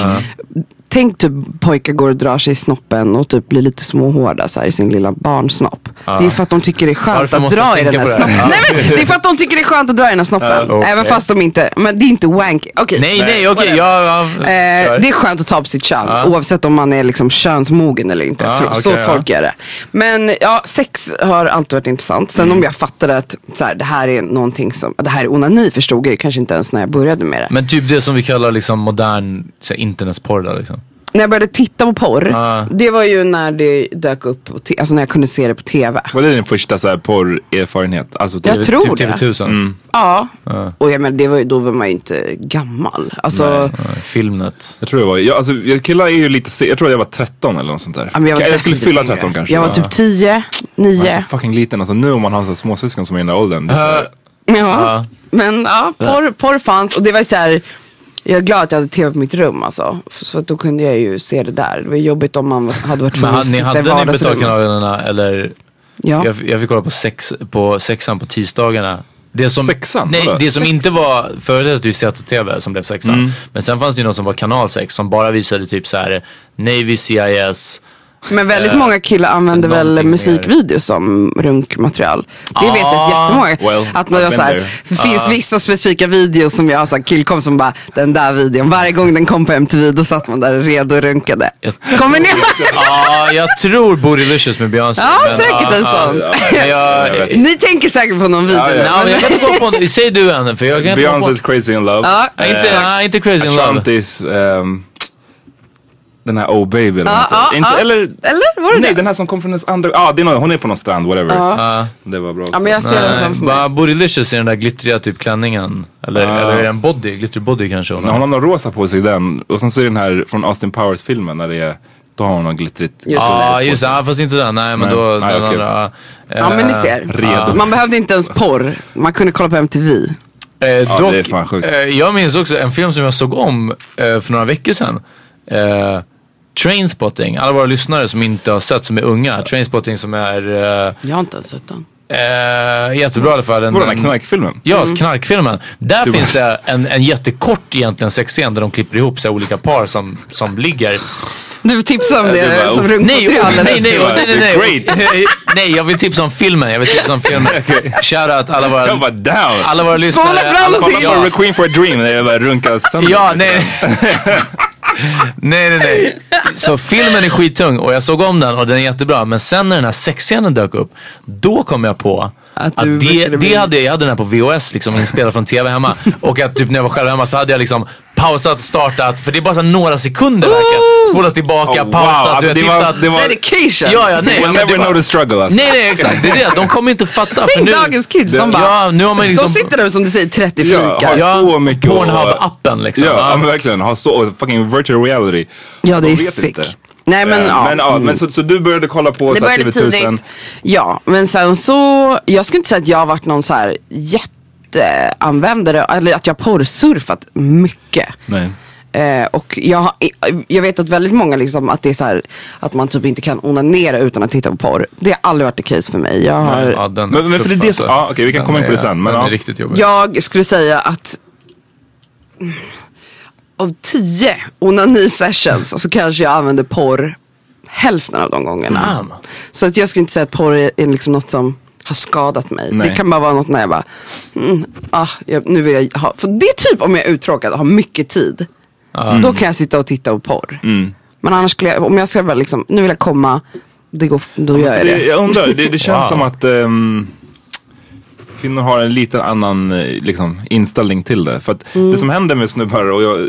H: tänk typ pojkar går och drar sig i snoppen och typ blir lite småhårda så här, i sin lilla barnsnopp. Det är för att de tycker det är skönt
G: Varför
H: att
G: måste
H: dra
G: jag
H: i den
G: tänka
H: här
G: på det här?
H: snoppen. Nej, men det är för att de tycker det är skönt att dra i den här snoppen.
G: Ja, okej.
H: Även fast de inte, men det är inte wank. Okej.
G: Nej, nej, okej.
H: whatever.
G: Ja, ja,
H: Eh,
G: kör.
H: det är skönt att ta på sitt kön,
G: Ja.
H: oavsett om man är liksom könsmogen eller inte.
G: Ja,
H: tror, så
G: okej, ja.
H: tolkar jag det. Men ja, sex har alltid varit intressant. Sen
G: Mm.
H: om jag fattade att så här, det här är någonting som, det här är onani, förstod jag ju kanske inte ens när jag började med det.
G: Men typ det som vi kallar liksom modern så här, internetporr då, liksom.
H: När jag började titta på porr,
G: Ja.
H: det var ju när det dök upp, på te- alltså när jag kunde se det på tv.
E: Var det din första så här porr-erfarenhet? Alltså,
H: Jag
E: typ-
H: tror
G: Typ T V
H: det.
G: tusen.
H: Ja, och jag, men det var ju, då var man ju inte gammal. Alltså,
G: Ja, Filmnet.
E: Jag tror jag var, jag, alltså, jag, killar är ju lite, se- jag tror att jag var tretton eller något sånt där.
H: ja, men jag, var
E: jag skulle
H: definitivt
E: fylla
H: yngre.
E: tretton kanske.
H: Jag var typ tio,
E: Man är
H: nio.
E: så fucking liten, alltså nu om man har så här småsyskon som är i den där åldern. det är så här-
H: Ja,
G: Ja.
H: men ja, porr, porr fanns och det var så här. Jag är glad att jag hade tv på mitt rum alltså. Så att då kunde jag ju se det där. Det var jobbigt om man hade varit
G: Men
H: tvungen att
G: hade, ni
H: sitta i
G: hade ni
H: vardagsrummet.
G: betalkanalerna eller?
H: Ja.
G: Jag, jag fick kolla på, sex, på sexan på tisdagarna. Det som,
E: Sexan?
G: Nej,
E: Vadå?
G: det som inte var förut att du Z T V som blev sexan.
E: Mm.
G: Men sen fanns det ju något som var kanal sex som bara visade typ så här Navy C I S.
H: Men väldigt
G: Eh,
H: många killar använder väl
G: någonting mer.
H: musikvideos som runkmaterial. Det vet jag att jättemånga.
E: well,
H: att man
E: I've
H: gör
E: been
H: så här,
E: there.
H: det finns vissa specifika videos som jag har så här, killkom som bara, den där videon. Varje gång den kom på M T V då satt man där redo och runkade.
G: Jag-
H: Kommer ni ihåg?
G: Ja, jag tror Bootylicious med Beyoncé.
H: Ja,
G: men-
H: säkert
G: ja,
H: en
G: ja,
H: sån.
G: men jag,
E: Jag vet.
H: Ni tänker säkert på någon video.
E: Ja, ja.
H: nu,
G: Ja, men
H: men-
G: jag kan inte gå på, säg du en för jag kan inte gå på.
E: Beyoncé's Crazy in Love.
H: Ja,
G: Nej, inte,
H: exakt.
G: nej, inte Crazy in Love.
E: Ashantis, ehm, den här Oh Baby eller
H: Ja,
E: något.
H: ja,
E: Inte,
H: ja.
E: eller,
H: Eller var det
E: nej,
H: det?
E: den här som kom från hennes andra, ja ah, det är någon, hon är på någon strand, whatever.
G: Ja.
E: Det var bra också.
H: Ja, men jag ser den
G: Nej,
H: framför mig.
G: bara Bootylicious i den där glittriga typ klänningen. Eller,
E: Ah.
G: eller är det en body? Glittrig body kanske hon
E: Nej, hon
G: har.
E: har någon rosa på sig i den. Och sen så är den här från Austin Powers filmen när det är, då har hon någon glittrigt.
H: Just
G: Ja,
H: det.
G: just det. Ja, fast inte den. Nej, men
E: Nej.
G: då
E: Nej,
G: den
E: okej.
G: andra.
H: Ja, men ni
G: Eh,
H: ser.
E: redo.
H: Man behövde inte ens porr. Man kunde kolla på M T V.
G: Eh, dock,
E: det är fan sjukt.
G: eh, jag minns också en film som jag såg om eh, för några veckor sedan. Eh, Trainspotting. Alla våra lyssnare som inte har sett, som är unga. Trainspotting som är eh,
H: Jag har inte ens sett den.
G: eh, jättebra i alla fall. En,
E: Vadå, den här
G: en-
E: knarkfilmen?
G: Ja, knarkfilmen. Där
E: Du
G: finns
E: bara-
G: det en, en jättekort egentligen sexscen där de klipper ihop så här, olika par som, som ligger.
H: Du tipsar om
E: du
H: det
E: bara,
H: som
E: oh,
H: runkmaterial
G: Nej,
H: eller?
G: nej, nej, nej, nej, nej,
E: Great.
G: nej. Nej, jag vill tipsa om filmen. Jag vill tipsa om filmen. Shoutout alla
E: Jag
G: våra,
E: bara down.
G: alla våra lyssnare.
H: Spola fram
G: alla,
H: till-
E: Kolla på
G: ja,
E: Requiem for a Dream när jag bara runkar sönder.
G: ja, nej. Nej, nej, nej. Så filmen är skittung och jag såg om den och den är jättebra. Men sen när den här sexscenen dök upp, då kom jag på
H: Att
G: att,
H: du
G: det,
H: brukade bli-
G: det hade, jag hade den här på V H S liksom inspelad från tv hemma. Och att typ när jag var själv hemma så hade jag liksom pausat, startat. För det är bara så här några sekunder verkligen. Spolat tillbaka,
E: Oh, wow.
G: pausat.
E: Alltså,
G: du har
E: det var-
G: tittat.
E: det var-
H: Dedication.
G: Ja, ja, nej.
E: We'll
G: men
E: never
G: det var-
E: know the struggle alltså.
G: Nej, nej, exakt. Det är det. De kommer inte fatta. För
H: Tänk
G: nu,
H: dagens kids, de bara,
G: ja, nu har man liksom...
H: de sitter där som du säger trettio
E: Ja,
H: flikar.
E: har
H: Ja,
E: så mycket att-
G: Pornhub-appen liksom.
E: Ja, ja, men verkligen. Ha så fucking virtual reality.
H: det är
E: De vet
H: sick.
E: inte.
H: Nej men
E: Eh,
H: ja.
E: men, ja,
H: Mm.
E: men så, så du började kolla på
H: Det
E: så här
H: började
E: T V tusen.
H: tidigt. Ja, men sen så, jag skulle inte säga att jag har varit någon så här jätteanvändare, eller att jag har porrsurfat mycket.
E: Nej.
H: Eh, och jag, jag vet att väldigt många liksom, att det är så här, att man typ inte kan onanera utan att titta på porr. Det har aldrig varit det case för mig. Jag har...
G: Ja, den
E: men, men för det är det så, ja, okej, vi kan komma in på det sen. Men,
G: den
E: ja.
G: är riktigt jobbig.
H: Jag skulle säga att av tio onani-sessions så kanske jag använder porr hälften av de gångerna.
G: Mm.
H: Så att jag skulle inte säga att porr är liksom något som har skadat mig.
E: Nej.
H: Det kan bara vara något när jag bara mm, ah, jag, nu vill jag ha. För det är typ om jag är uttråkad och har mycket tid. Mm. Då kan jag sitta och titta på porr.
E: Mm.
H: Men annars skulle jag, om jag ska väl liksom, nu vill jag komma, det går, då gör jag det.
E: Jag undrar, det, det känns
G: Wow.
E: som att um, kvinnor har en liten annan liksom, inställning till det. För att
H: Mm.
E: det som händer med snubbar, och jag,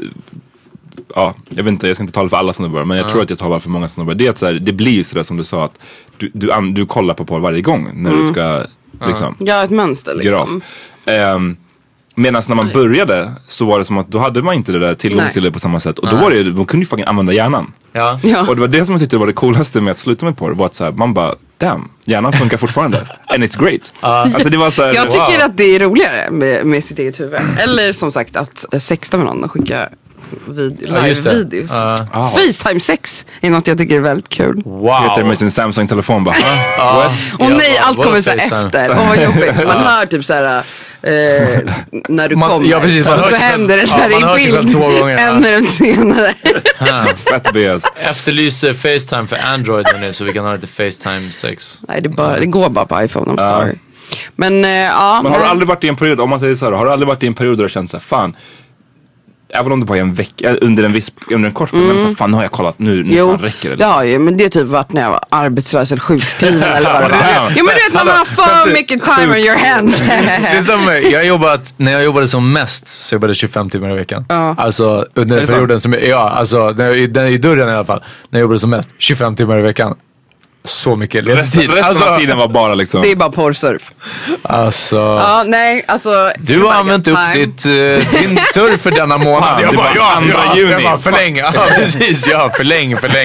E: ja, jag vet inte, jag ska inte tala för alla snubbar, men jag
G: Mm.
E: tror att jag talar för många snubbar. Det är att så här, det blir ju sådär som du sa, att du, du, an, du kollar på porr varje gång när
H: Mm.
E: du ska liksom,
H: Ja, ett mönster liksom.
E: Um, Medan när man började så var det som att då hade man inte det där tillgång
H: Nej.
E: till det på samma sätt. Och då var det, de kunde ju fucking använda hjärnan.
G: Ja.
H: Ja.
E: Och det var det som jag tyckte var det coolaste med att sluta med porr. Var att så här, man bara, damn, hjärnan funkar fortfarande. And it's great. Alltså det var så här,
H: Jag tycker
E: wow.
H: att det är roligare med, med sitt eget huvud. Eller som sagt att eh, sexta med någon och skicka vid,
G: Ja, just det.
H: live-videos.
G: Ja.
H: Facetime-sex är något jag tycker är väldigt kul.
G: Wow.
E: Heter med sin Samsung-telefon bara,
G: Ja.
H: Och
G: Ja,
H: nej,
G: vad-
H: allt
G: vad
H: kommer så
G: FaceTime?
H: efter. Åh, vad jobbigt. Man hör typ så här eh, när du
G: Man-
H: kommer.
G: ja, precis, man
H: och
G: hör
H: så
G: sig
H: händer det
G: själv-
H: så här
G: ja, man hör sig
H: i
G: själv
H: bild.
G: två gånger, ja.
H: En minut senare.
E: fett B S.
G: Efterlyser FaceTime för Android nu så vi kan ha lite FaceTime sex.
H: Nej, det, bara, det går bara på iPhone, I'm sorry. Men eh, ja.
E: Men har du
H: nej.
E: aldrig varit i en period, om man säger så här, har du aldrig varit i en period där du känner så här, fan, även om det bara är en vecka, under en viss, under en kort period, men så här, fan nu har jag kollat, nu, nu
H: Jo,
E: fan räcker det.
H: det har ju, men det har typ varit när jag var arbetslös eller sjukskriven eller vad det var. Jo, men du vet när man har för mycket time on your hands.
G: Det är som, jag har jobbat, när jag jobbade som mest så jobbade jag tjugofem timmar i veckan.
H: Ja.
G: Alltså under den
E: det
G: perioden som, jag- ja alltså när jag, i, den, i dörren i alla fall. När jag jobbade som mest, tjugofem timmar i veckan. Så mycket
E: Resten,
G: ledigtid.
E: resten
G: Alltså,
E: av tiden var bara liksom,
H: Det är bara porrsurf.
G: alltså
H: Ja, nej, alltså.
G: du har använt upp
H: time.
G: ditt, uh, din surf för denna månad.
E: Fan,
G: Jag
E: det
G: bara,
E: var
G: ja,
E: andra
G: ja,
E: juni.
G: jag bara förläng. Ja, precis, ja, förläng, förläng.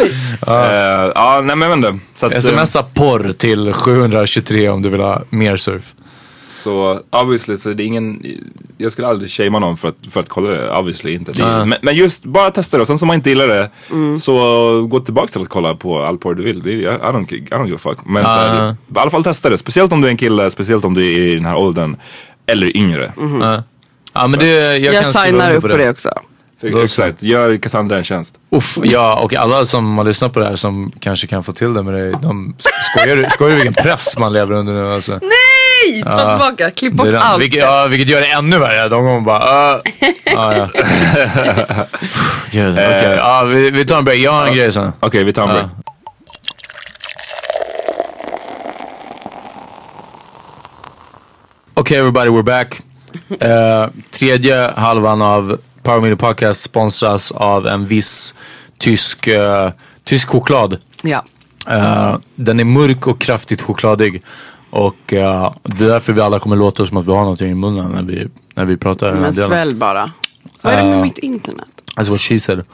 E: eh, ja, nej men jag vet inte. Så att, eh,
G: Smsa porr till sjuhundratjugotre om du vill ha mer surf.
E: så obviously så är det ingen, jag skulle aldrig shamea någon för att, för att kolla det, obviously inte. Det,
G: Ja.
E: men, men just bara testa det, och sen som man inte gillar det så gå tillbaka till att kolla på all porr du vill. Det är, I, don't, I don't give a fuck. Men så här,
G: Ja.
E: i alla fall testa det, speciellt om du är en kille, speciellt om du är i den här åldern eller yngre.
G: Ja. Ja, men det, jag,
H: Jag
G: kan skriva
H: signar
G: under
H: upp på det också.
E: För, exakt, gör Cassandra en tjänst.
G: Uff, ja, och alla som har lyssnat på det här som kanske kan få till det med det, de skojar, skojar vilken press man lever under nu alltså.
H: Nej! Ta tillbaka, klipp bort
G: Det är den,
H: allt.
G: vilket, ja, vilket gör det ännu värre. De kommer bara, uh, ja, ja. Gud, okej. Ja, vi, vi tar en break. Jag har en grej sen.
E: Okej, vi tar en break.
G: Okej, everybody, we're back. Uh, tredje halvan av Power Media Podcast sponsras av en viss tysk, uh, tysk choklad.
H: Ja.
G: Uh, den är mörk och kraftigt chokladig. Och uh, det är därför vi alla kommer låta som att vi har någonting i munnen när vi, när vi pratar. den här
H: Men
G: delen.
H: svälj bara. Vad är det med
G: Uh,
H: mitt internet?
G: That's what she said.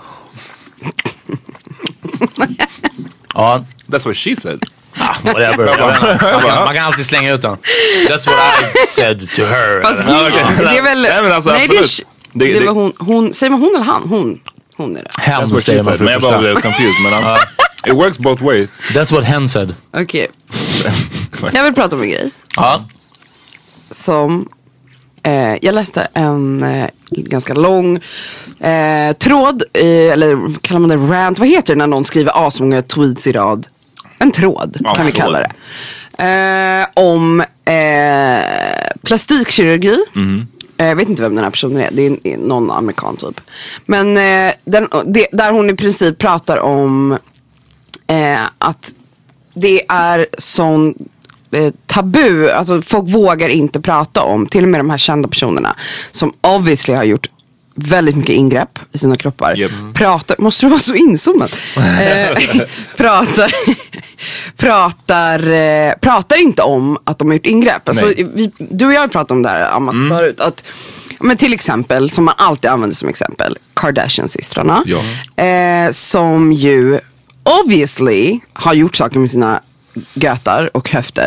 G: Ja,
E: That's what she said.
G: ah, whatever. Jag vet inte. man, kan, man kan alltid slänga ut den. That's what I said to her.
H: Fast
E: Ja, okej.
H: det är väl...
E: Nej, men alltså,
H: nej, det är,
E: absolut.
H: det,
E: Det-
H: det
E: det-
H: var hon, hon... Säger man hon eller han? Hon. Hon är det.
E: That's
G: Hen
E: what
G: säger
E: she
G: man
E: said.
G: för
E: Men
G: det
E: jag bara
G: första.
E: blev confused. Men um, it works both ways.
G: That's what hen said.
H: Okej. Jag vill prata om en grej.
G: Ja.
H: Som... Eh, jag läste en eh, ganska lång eh, tråd. Eh, eller kallar man det rant? Vad heter det när någon skriver asmånga tweets i rad? En tråd
E: Ja,
H: kan vi
E: tråd.
H: kalla det. Eh, om eh, plastikkirurgi. Eh, Jag vet inte vem den här personen är. Det är, är någon amerikan typ. Men eh, den, det, där hon i princip pratar om eh, att det är sån eh, tabu. Alltså folk vågar inte prata om. Till och med de här kända personerna som obviously har gjort väldigt mycket ingrepp i sina kroppar.
E: Yep.
H: Pratar, måste du vara så inzoomad? eh, pratar, pratar, eh, pratar inte om att de har gjort ingrepp. Alltså, vi, du och jag har pratat om det här, Amat,
E: Mm.
H: förut. Att, men till exempel, som man alltid använder som exempel, Kardashian-systrarna.
E: Ja.
H: Eh, som ju obviously har gjort saker med sina götar och höfter.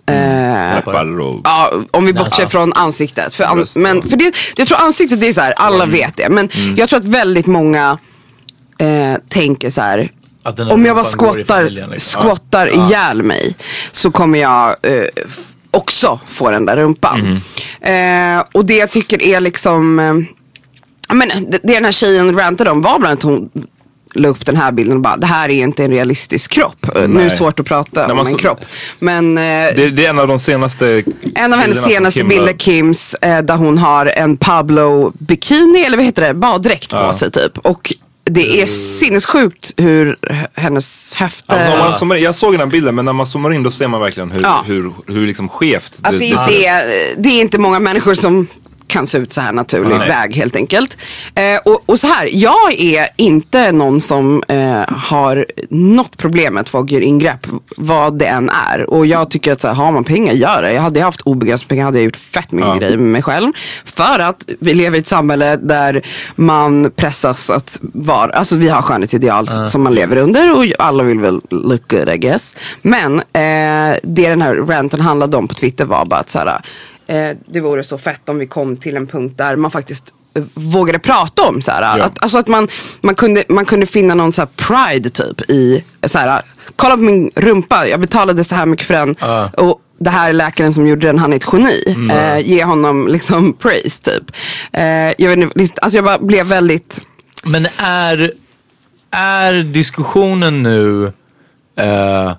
H: Eh,
E: Läppar och...
H: Ja, om vi bortser från ansiktet. För, an, men, för det, jag tror ansiktet det är så här, alla vet det. Men mm. jag tror att väldigt många eh, tänker så här. Om jag bara skottar, liksom. skottar ja. ihjäl mig så kommer jag eh, också få den där rumpan. Mm. Eh, och det jag tycker är liksom eh, men det, det den här tjejen rantade om var bland annat hon la upp den här bilden och bara, det här är inte en realistisk kropp. Nej. Nu är det svårt att prata Nej, om en så, kropp. Men eh,
E: det, det är en av de senaste
H: en av hennes senaste Kim bilder, Kims, eh, där hon har en Pablo bikini, eller vad heter det, baddräkt på ja. sig typ. Och det är sinnessjukt hur hennes höfter...
E: Ja, man zoomar, jag såg den bilden, men när man zoomar in då ser man verkligen hur, ja. hur, hur liksom skevt
H: att det, det, det, är, det är inte många människor som kan se ut så här naturlig Nej. väg helt enkelt. Eh, och, och så här, jag är inte någon som eh, har något problem med att folk gör ingrepp, vad det än är. Och jag tycker att så här, har man pengar, gör det. Jag hade haft obegränsat pengar, hade jag gjort fett mycket ja. grejer med mig själv. För att vi lever i ett samhälle där man pressas att vara, alltså vi har skönhetsideal uh. som man lever under och alla vill väl look good, I guess. Men eh, det den här ranten handlade om på Twitter var bara att så här, Eh, det vore så fett om vi kom till en punkt där man faktiskt eh, vågade prata om så här, ja. att, alltså att man, man, kunde, man kunde finna någon så här pride typ i så här, kolla på min rumpa, jag betalade så här mycket för den uh. och det här är läkaren som gjorde den, han är ett geni. Mm. Eh, ge honom liksom praise typ. Eh, jag vet inte, alltså jag bara blev väldigt...
G: Men är, är diskussionen nu eh,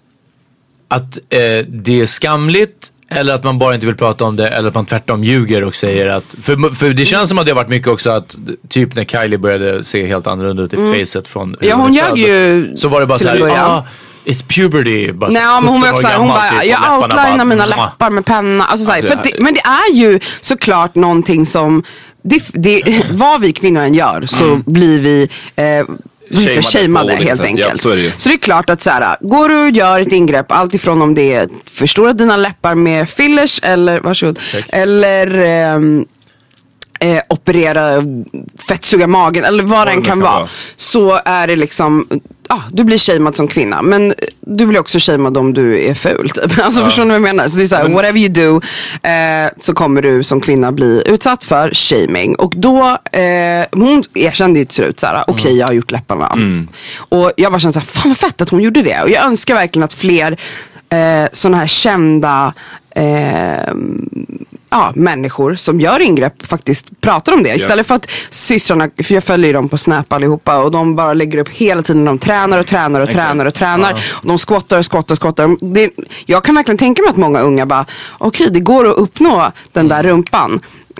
G: att eh, det är skamligt, eller att man bara inte vill prata om det, eller att man tvärtom ljuger och säger att... För, för det känns som att det har varit mycket också att typ när Kylie började se helt annorlunda ut i mm. facet från...
H: Ja, hon ljög ju...
G: Så var det bara så här, ah, it's puberty. Bara
H: Nej, men hon var också hon bara, jag outlinar mina läppar med penna. Alltså, såhär, för det, men det är ju såklart någonting som... Det, det, vad vi kvinnor än gör så mm. blir vi... Eh, shameade helt enkelt. Ja, så, är det så det är klart att så här, går du och gör ett ingrepp, allt ifrån om det är förstora dina läppar med fillers eller varsågod, Tack. eller ehm, eh, operera fettsuga magen eller vad den kan vara, vara, så är det liksom, ja, ah, du blir shamead som kvinna, men du blir också shamead om du är ful typ. Alltså ja. förstår ni vad jag menar? Så det är så här, men... whatever you do eh, så kommer du som kvinna bli utsatt för shaming. Och då eh, hon erkände ju till slut så här, okej okay, jag har gjort läpparna. Mm. Och jag bara kände så här, fan vad fett att hon gjorde det. Och jag önskar verkligen att fler eh, såna här kända eh, ja, människor som gör ingrepp faktiskt pratar om det. Istället yeah. för att systrarna, för jag följer dem på Snap allihopa och de bara lägger upp hela tiden, de tränar och tränar och exactly. tränar och tränar. Uh-huh. Och de skottar och skottar och skottar. Det, jag kan verkligen tänka mig att många unga bara, okej, okay, det går att uppnå den där rumpan.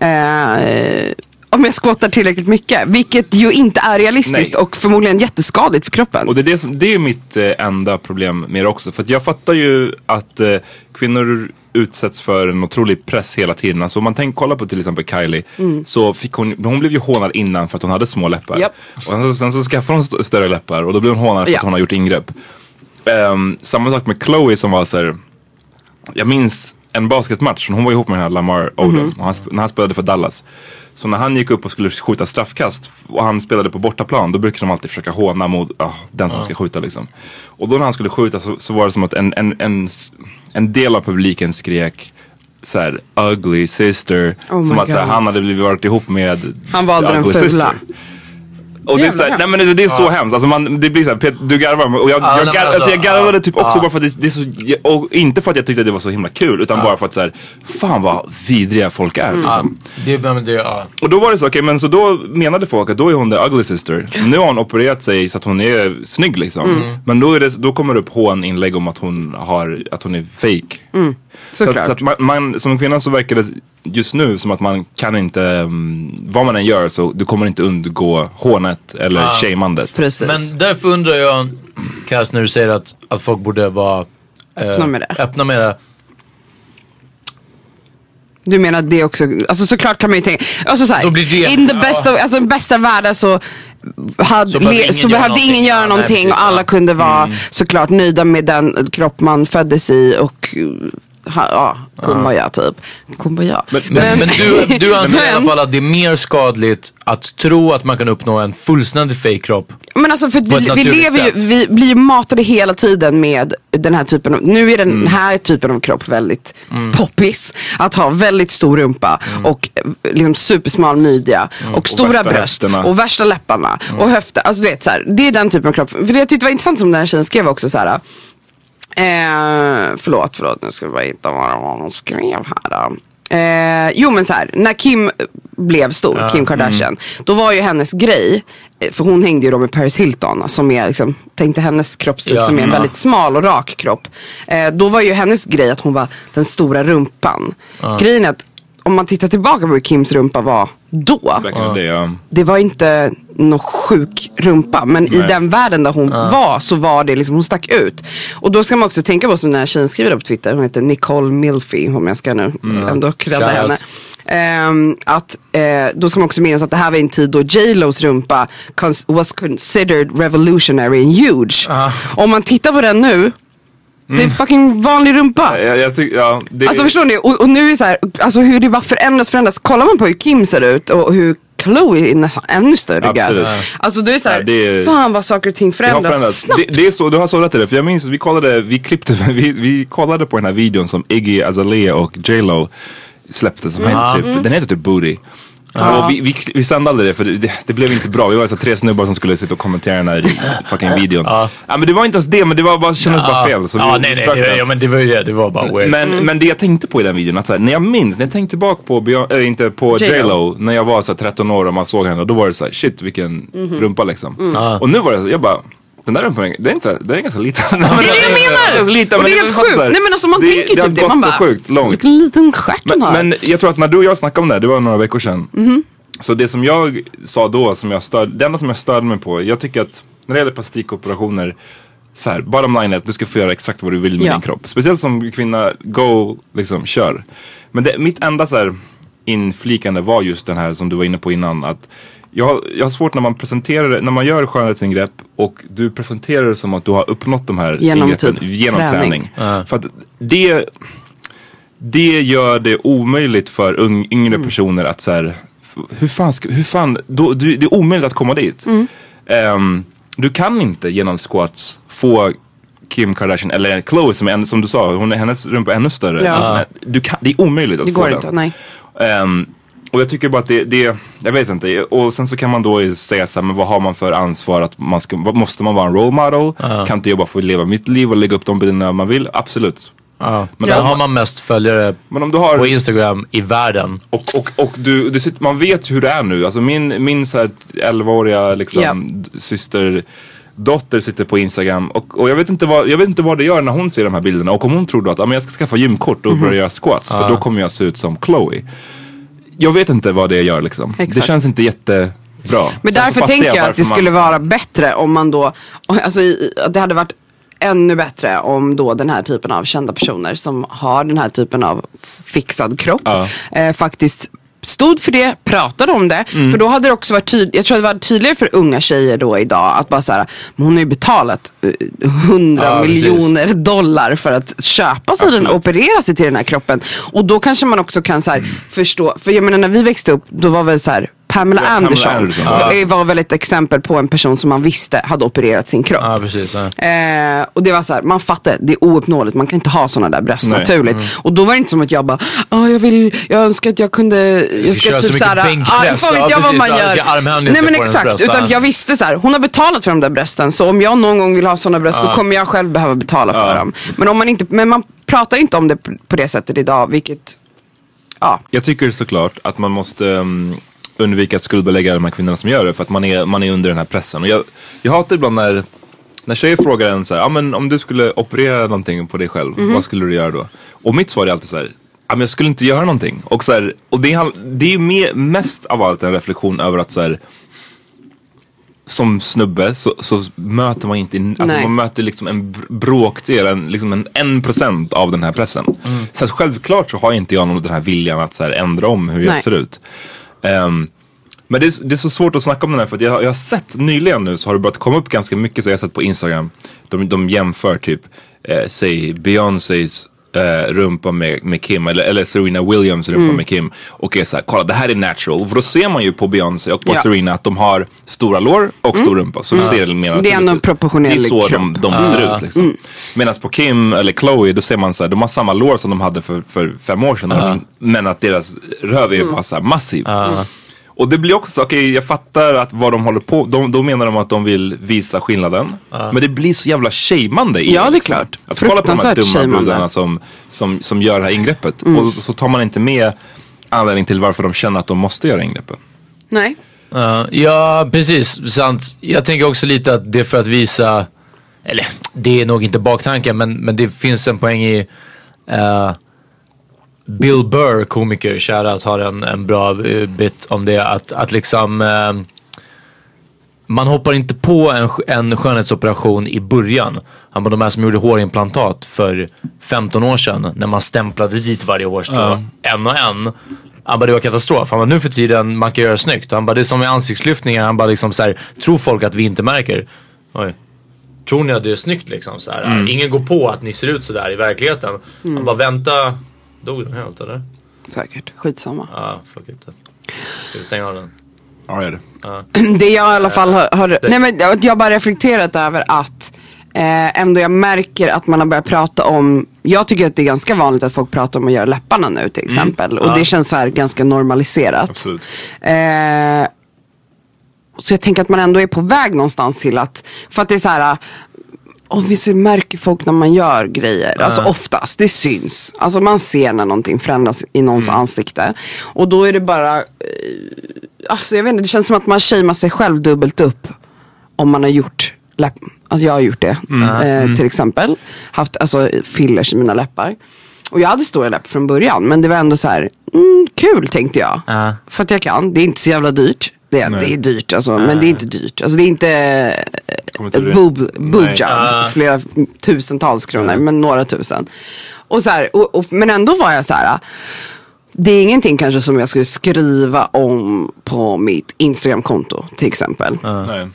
H: Eh, om jag skottar tillräckligt mycket, vilket ju inte är realistiskt. Nej. Och förmodligen jätteskadligt för kroppen.
E: Och det är, det som, det är mitt eh, enda problem med det också. För att jag fattar ju att eh, kvinnor utsätts för en otrolig press hela tiden. Alltså om man tänker, kolla på till exempel Kylie, mm. så fick hon, hon blev ju hånad innan för att hon hade små läppar. Yep. Och sen, sen så skaffade hon st- större läppar och då blev hon hånad för ja. att hon har gjort ingrepp. Um, samma sak med Chloe som var så här, jag minns en basketmatch, hon var ihop med den här Lamar Odom, mm-hmm. och han, när han spelade för Dallas. Så när han gick upp och skulle skjuta straffkast och han spelade på bortaplan, då brukade de alltid försöka håna mot oh, den som ja. ska skjuta liksom. Och då när han skulle skjuta så, så var det som att en, en, en, en del av publiken skrek så här, ugly sister, oh som att så här, han hade blivit varit ihop med
H: han valde den fula sister.
E: Och det är, så här, nej, men det, det är så ja. hemskt. Alltså man, det blir så här, du garvar. Och jag, ja, jag, gar, alltså, jag garvade typ också ja. bara för att det, det är så, och inte för att jag tyckte att det var så himla kul, utan ja. bara för att så här, fan vad vidriga folk är. Mm. Liksom.
G: Ja. Det, men det, ja.
E: Och då var det så, okej, okay, men så då menade folk att då är hon the ugly sister. Nu har hon opererat sig så att hon är snygg liksom. Mm. Men då, är det, då kommer det upp hån-inlägg om att hon, har, att hon är fake. Mm. Så, så, att, så att man, man, som kvinna så verkar det just nu som att man kan inte, um, vad man än gör så du kommer inte undgå hånet eller ah, shamandet.
H: Precis.
G: Men därför undrar jag, Cass, när du säger att, att folk borde vara eh,
H: öppna med det.
G: Öppna med det.
H: Du menar att det också, alltså såklart kan man ju tänka, alltså såhär, det, in the best ja. of, alltså bästa världen så hade, så behövde ingen, så göra, behövde ingen göra någonting, ja, och alla kunde vara mm. såklart nöjda med den kropp man föddes i och ha, ja, kumbaya typ. Kumbaya.
G: Men, men, men du, du anser men, i alla fall att det är mer skadligt att tro att man kan uppnå en fullständig fake-kropp.
H: Men alltså för att vi, vi lever ju, vi blir ju matade hela tiden med den här typen av, nu är den mm. här typen av kropp väldigt mm. poppis. Att ha väldigt stor rumpa mm. och liksom supersmal midja mm. och stora och bröst höfterna. Och värsta läpparna mm. och höfter. Alltså du vet så här, det är den typen av kropp. För det jag tyckte det var intressant som den här tjejen skrev också så här. Eh, förlåt, förlåt, nu ska vi bara hitta vad hon skrev här. Eh, jo men så här, när Kim blev stor, ja, Kim Kardashian, mm. då var ju hennes grej, för hon hängde ju då med Paris Hilton som är liksom, tänkte hennes kroppstyp ja, som är en ja. väldigt smal och rak kropp. Eh, då var ju hennes grej att hon var den stora rumpan. Ja. Grejen är att om man tittar tillbaka på hur Kims rumpa var då,
E: ja. det, ja.
H: det var inte någon sjuk rumpa, men Nej. i den världen där hon ja. var så var det liksom, hon stack ut. Och då ska man också tänka på som den här tjejen skriver på Twitter, hon heter Nicole Milfy, om jag ska nu mm. ändå kredda henne. Um, att uh, då ska man också minnas att det här var en tid då J-Los rumpa cons- was considered revolutionary and huge. Uh. Om man tittar på den nu, Mm. det är fucking vanlig rumpa.
E: Ja, jag tyck, ja, det
H: alltså förstår ni? Och, och nu är det så här, alltså hur det bara förändras, förändras. Kollar man på hur Kim ser ut och hur Chloe är nästan ännu större.
E: Absolut.
H: Alltså det är så här,
E: ja, det är,
H: fan vad saker och ting förändras snabbt.
E: Det, det är så, du har så rätt i det. För jag minns, vi kollade, vi klippte, vi, vi kollade på den här videon som Iggy Azalea och J-Lo släppte som mm. heter typ, mm. den heter typ Booty. Ja. Och vi, vi, vi sände aldrig det för det, det blev inte bra. Vi var så tre snubbar som skulle sitta och kommentera den här fucking videon. Ja. Ja, men det var inte ens det, men det var bara, kändes ja. bara fel. Så
G: ja,
E: vi,
G: nej,
E: vi
G: nej, det, ja, men det var ju det, var bara weird.
E: Men, mm. men det jag tänkte på i den videon, att så här, när jag minns, när jag tänkte tillbaka på, Beyond, äh, inte på J-Lo, när jag var så här, tretton år och man såg henne, då var det så här, shit vilken mm-hmm. rumpa liksom. Mm. Ah. Och nu var det så, jag bara, den där rumpan, det är inte, det är ganska liten.
H: Det är det jag menar!
E: Liten,
H: och det är helt sjukt. Nej men alltså man
E: det,
H: tänker
E: det
H: typ det, man bara,
E: så sjukt långt.
H: Vilken liten stjärt
E: men, men jag tror att när du och jag snackade om det, det var några veckor sedan. Mm-hmm. Så det som jag sa då, som jag stör, det enda som jag störde mig på, jag tycker att när det gäller plastikoperationer, så här, bottom line är att du ska få göra exakt vad du vill med ja. din kropp. Speciellt som kvinna, go, liksom, kör. Men det, mitt enda så här inflikande var just den här som du var inne på innan, att jag, jag har svårt när man presenterar det, när man gör skönhetsingrepp och du presenterar det som att du har uppnått de här
H: genom
E: ingreppen
H: typ
E: genom
H: träning.
E: träning. Uh. För att det, det gör det omöjligt för un, yngre mm. personer att så här, hur fan, ska, hur fan då, du, det är omöjligt att komma dit. Mm. Um, du kan inte genom squats få Kim Kardashian eller Chloe som, är, som du sa, hon är, hennes rumpa är ännu större.
H: Ja.
E: Alltså, du kan, det är omöjligt att
H: det
E: få
H: går
E: den.
H: Inte, nej.
E: Um, och jag tycker bara att det, det, jag vet inte. Och sen så kan man då säga så här, men vad har man för ansvar att man ska, måste man vara en role model? Uh. Kan inte jag bara få leva mitt liv och lägga upp de bilderna man vill? Absolut.
G: Ja, men ja. Då har man mest följare men om du har, på Instagram i världen.
E: Och, och, och du, du sitter, man vet hur det är nu. Alltså min, min så här elvaåriga liksom, yeah. syster dotter sitter på Instagram och, och jag, vet inte vad, jag vet inte vad det gör när hon ser de här bilderna. Och om hon tror då att ah, men jag ska skaffa gymkort och mm-hmm. börja göra squats för ah. då kommer jag se ut som Chloe. Jag vet inte vad det gör liksom. Exakt. Det känns inte jättebra.
H: Men så därför tänker jag, jag att det skulle man... vara bättre om man då, alltså det hade varit ännu bättre om då den här typen av kända personer som har den här typen av fixad kropp ja. eh, faktiskt stod för det, pratade om det. Mm. För då hade det också varit tydligt, jag tror det var tydligare för unga tjejer då idag att bara så här, hon har ju betalat hundra ja, miljoner precis. dollar för att köpa sig den och operera sig till den här kroppen. Och då kanske man också kan så här mm. förstå, för jag menar när vi växte upp då var väl så här Pamela ja, Anderson, Pamela Anderson. Ja. var väl ett exempel på en person som man visste hade opererat sin kropp.
G: Ja, precis, ja.
H: Eh, och det var så här, man fattade, det är ouppnåeligt, man kan inte ha sådana där bröst Nej. naturligt. Mm. Och då var det inte som att jag bara, ah, jag vill, jag önskar att jag kunde, jag, jag ska, ska typ såhär, ah, fan vet jag vad man gör. Nej men exakt, utan jag visste så här, hon har betalat för de där brösten, så om jag någon gång vill ha sådana bröst, ja. då kommer jag själv behöva betala för ja. dem. Men om man inte, men man pratar inte om det på det sättet idag, vilket, ja.
E: Jag tycker såklart att man måste um, undvika att skuldbelägga de här kvinnorna som gör det, för att man är, man är under den här pressen. Och jag, jag hatar ibland när, när tjejer frågar en så här, ja men om du skulle operera någonting på dig själv, mm-hmm. vad skulle du göra då? Och mitt svar är alltid så här, ja men jag skulle inte göra någonting. Och, så här, och det är, det är mer, mest av allt en reflektion över att så här, som snubbe så, så möter man inte, alltså man möter liksom en bråkdel, en, liksom en en procent av den här pressen. Mm. Så självklart så har inte jag någon den här viljan att så här ändra om hur jag Nej. ser ut. Um, men det är, det är så svårt att snacka om den här, för att jag, jag har sett nyligen nu så har det börjat komma upp ganska mycket, så jag har sett på Instagram, de, de jämför typ eh, säg Beyoncés eh, rumpa med, med Kim eller, eller Serena Williams rumpa
H: Mm.
E: med Kim och är så här, kolla det här är natural. För då ser man ju på Beyoncé och på
H: Ja.
E: Serena att de har stora lår och stor rumpa. Så
H: Mm.
E: du ser det mer
H: Det är ändå en proportionell
E: Det är så de,
H: kropp.
E: de
H: Mm.
E: ser ut liksom.
H: Mm.
E: Medan på Kim eller Chloe då ser man så här, de har samma lår som de hade för, för fem år sedan.
G: Ja.
E: Men att deras röv är
H: Mm.
E: bara så här massiv.
G: Ja.
E: Och det blir också, okej okay, jag fattar att vad de håller på, de, då menar de att de vill visa skillnaden.
G: Ja.
E: Men det blir så jävla shameande i
H: Ja, det är klart.
E: att kolla på de här
H: Fruktansvärt
E: dumma
H: shameande.
E: brudarna som, som, som gör det här ingreppet.
H: Mm.
E: Och så tar man inte med anledning till varför de känner att de måste göra ingreppet.
H: Nej.
G: Uh, ja, precis. Sant. Jag tänker också lite att det är för att visa, eller det är nog inte baktanken, men, men det finns en poäng i uh, Bill Burr, komiker, shoutout, har en, en bra uh, bit om det. Att, att liksom uh, man hoppar inte på en, en skönhetsoperation i början. Han var de här som gjorde hårimplantat för femton år sedan när man stämplade dit varje hårstrå,
E: Ja.
G: en och en. Han bara, det var katastrof. Han bara, nu för tiden man kan göra snyggt. Han bara, det är som i ansiktslyftningar. Han bara liksom så här, tror folk att vi inte märker? Oj. Tror ni att det är snyggt liksom så här?
E: Mm.
G: Ingen går på att ni ser ut så där i verkligheten.
H: Mm.
G: Han bara, vänta. Dog den helt eller?
H: Säkert, skitsamma.
G: Ja, ah, fuck it. Ska vi stänga av den?
E: Ja, gör det.
G: Ah.
H: Det jag i alla fall har, har nej men jag har bara reflekterat över att eh, ändå jag märker att man har börjat prata om, jag tycker att det är ganska vanligt att folk pratar om att göra läpparna nu till exempel.
E: Mm.
H: Och
E: Ja.
H: det känns så här ganska normaliserat.
E: Absolut.
H: Eh, så jag tänker att man ändå är på väg någonstans till att, för att det är så här, och vi ser, märker folk när man gör grejer. Alltså
G: Ja.
H: oftast, det syns. Alltså man ser när någonting förändras i någons ansikte. Och då är det bara, eh, alltså jag vet inte, det känns som att man shamear sig själv dubbelt upp. Om man har gjort läpp, alltså jag har gjort det.
G: Mm.
H: Eh,
G: Mm.
H: Till exempel, haft alltså fillers i mina läppar. Och jag hade stora läppar från början. Men det var ändå så här, mm, kul tänkte jag.
G: Ja.
H: För att jag kan, det är inte så jävla dyrt. Det är,
E: Nej.
H: det är dyrt alltså, men det är inte dyrt. Alltså det är inte
E: Kommer inte
H: ett
E: det?
H: boob, boob
E: Nej.
H: job,
G: Ah.
H: flera tusentals kronor, men några tusen. Och så här, och, och, men ändå var jag så här, det är ingenting kanske som jag skulle skriva om på mitt Instagram-konto till exempel.
E: Nej.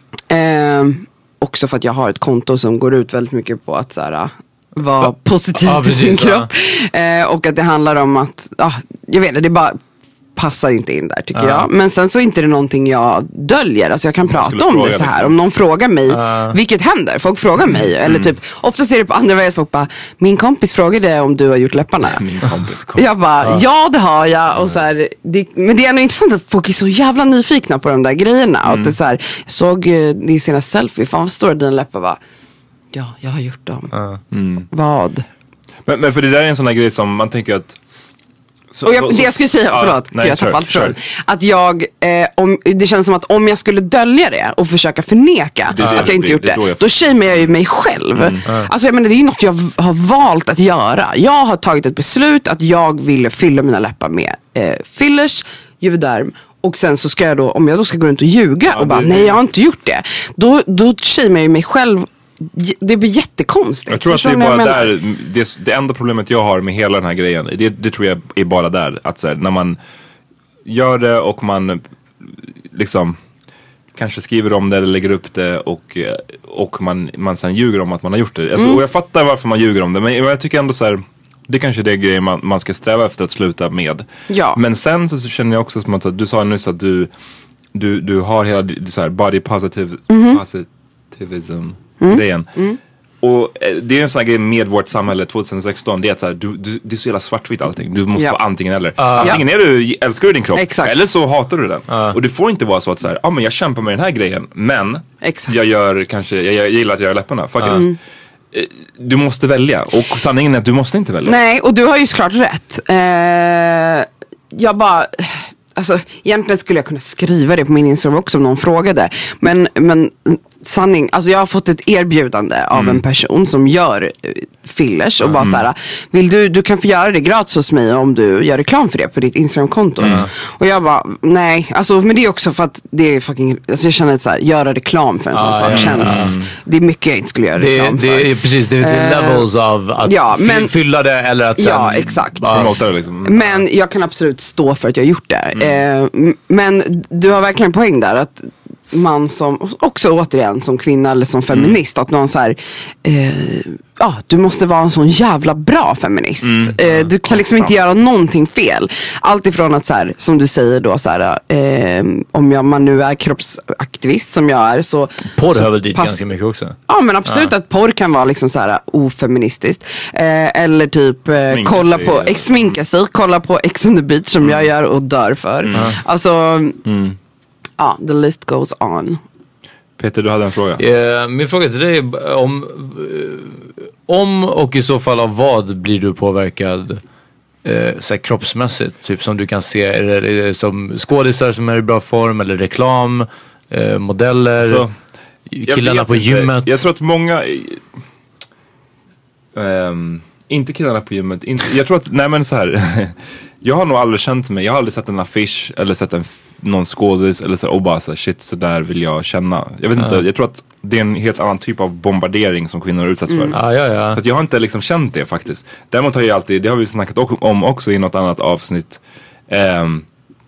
H: Eh, också för att jag har ett konto som går ut väldigt mycket på att så här, vara positiv
G: Ja,
H: till sin
G: precis, ja.
H: kropp. Eh, och att det handlar om att, ah, jag vet inte, det bara passar inte in där tycker
G: Ja.
H: jag. Men sen så är inte det någonting jag döljer. Alltså jag kan
E: skulle
H: prata om
E: fråga,
H: det så här.
E: liksom.
H: Om någon frågar mig,
G: Ja.
H: vilket händer. Folk frågar mig. Eller typ, ofta ser det på andra vägar. Folk bara, min kompis frågade om du har gjort läpparna.
E: Min kompis kom.
H: Jag bara, ja det har jag. Och så här, det, men det är ändå intressant att folk är så jävla nyfikna på de där grejerna. Och att det är så här, jag såg eh, din senaste selfie, fan vad står det i dina läppar? Va? Ja, jag har gjort dem.
E: Mm.
H: Vad?
E: Men, men för det där är en sån här grej som man tänker att så,
H: Och jag,
E: så-
H: det jag skulle säga,
E: Ja,
H: förlåt,
E: nej,
H: gud, jag
E: kör,
H: tappade allt
E: kör.
H: från. Att jag, eh, om, det känns som att om jag skulle dölja det och försöka förneka
E: Det är det
H: att jag inte
E: det-
H: gjort
E: det är
H: det,
E: då jag-
H: då shamear jag ju mig själv. Alltså jag menar, det är ju något jag v- har valt att göra. Jag har tagit ett beslut att jag ville fylla mina läppar med eh, fillers, juvederm. Och sen så ska jag då, om jag då ska gå runt och ljuga och bara,
E: det-
H: nej jag har inte gjort det. Då, då shamear jag ju mig själv. Det blir jättekonstigt.
E: Jag tror att det
H: Förstår
E: är
H: ni vad
E: bara
H: jag menar?
E: där, det, det enda problemet jag har med hela den här grejen, det, det tror jag är bara där. Att så här, när man gör det och man liksom kanske skriver om det eller lägger upp det och, och man, man sen ljuger om att man har gjort det. Alltså,
H: Mm.
E: Och jag fattar varför man ljuger om det, men jag tycker ändå så här, det kanske är det grejen man, man ska sträva efter att sluta med.
H: Ja.
E: Men sen så känner jag också som att du sa nyss att du, du, du har hela det så här body positive,
H: Mhm.
E: positivism
H: Mm.
E: grejen. Och eh, det är en sån här grej med vårt samhälle tjugohundrasexton. Det är att så här, du, du, det är så jävla svartvitt allting. Du måste
H: Ja.
E: vara antingen eller. Antingen är du, älskar du din kropp.
H: Exakt.
E: Eller så hatar du den. Och det får inte vara så att så här, ah, men jag kämpar med den här grejen. Men
H: Exakt.
E: jag gör kanske, jag, jag gillar att göra läpparna. Fuck it. Eh, Du måste välja. Och sanningen är att du måste inte välja.
H: Nej, och du har ju såklart rätt. Eh, jag bara, alltså egentligen skulle jag kunna skriva det på min Instagram också om någon frågade. Men, men sanning, alltså jag har fått ett erbjudande av en person som gör eh, fillers och bara så här, vill du, du kan få göra det gratis hos mig om du gör reklam för det på ditt Instagram-konto. Och jag bara, nej, alltså men det är också för att det är fucking, alltså jag känner att så här, göra reklam för en sån
G: Ah,
H: sak
G: ja,
H: känns, det är mycket jag inte skulle göra
G: Det,
H: reklam för.
G: det är precis, det, det är
H: Eh,
G: levels av att
H: ja,
G: fy-
H: men-
G: fylla det eller att sen...
H: Ja, exakt.
G: bara-
E: Promota det liksom.
H: Men jag kan absolut stå för att jag har gjort det. Eh, m- men du har verkligen en poäng där. Att man som, också återigen som kvinna eller som feminist, mm. att någon så här, eh, ja, du måste vara en sån jävla bra feminist. Mm. Eh, du kan liksom inte göra någonting fel. Allt ifrån att så här, som du säger då så här, eh, om jag, man nu är kroppsaktivist som jag är, så
G: porr hör väl dit pass- ganska mycket också.
H: Ja, men absolut ja. Att porr kan vara liksom så här ofeministiskt. Eh, eller typ eh, kolla på, ex- sminka sig, kolla på Ex on the Beach som mm. jag gör och dör för. Mm. Alltså mm. ja, the list goes on.
E: Peter, du hade en fråga.
G: Uh, min fråga till dig är om, uh, om och i så fall av vad blir du påverkad uh, så här, kroppsmässigt? Typ som du kan se, är det, är det som skådisar som är i bra form eller reklam, uh, modeller, så, killarna på inte. Gymmet?
E: Jag tror att många... Um, inte killarna på gymmet. Inte, jag tror att, nej men så här... Jag har nog aldrig känt mig, jag har aldrig sett en affisch eller sett en, någon skådis eller så och bara så shit, så där vill jag känna. Jag vet inte, uh. jag tror att det är en helt annan typ av bombardering som kvinnor utsätts för.
G: Mm. Ah, ja, ja.
E: Så att jag har inte liksom känt det faktiskt. Däremot har jag alltid, det har vi snackat om också i något annat avsnitt, um,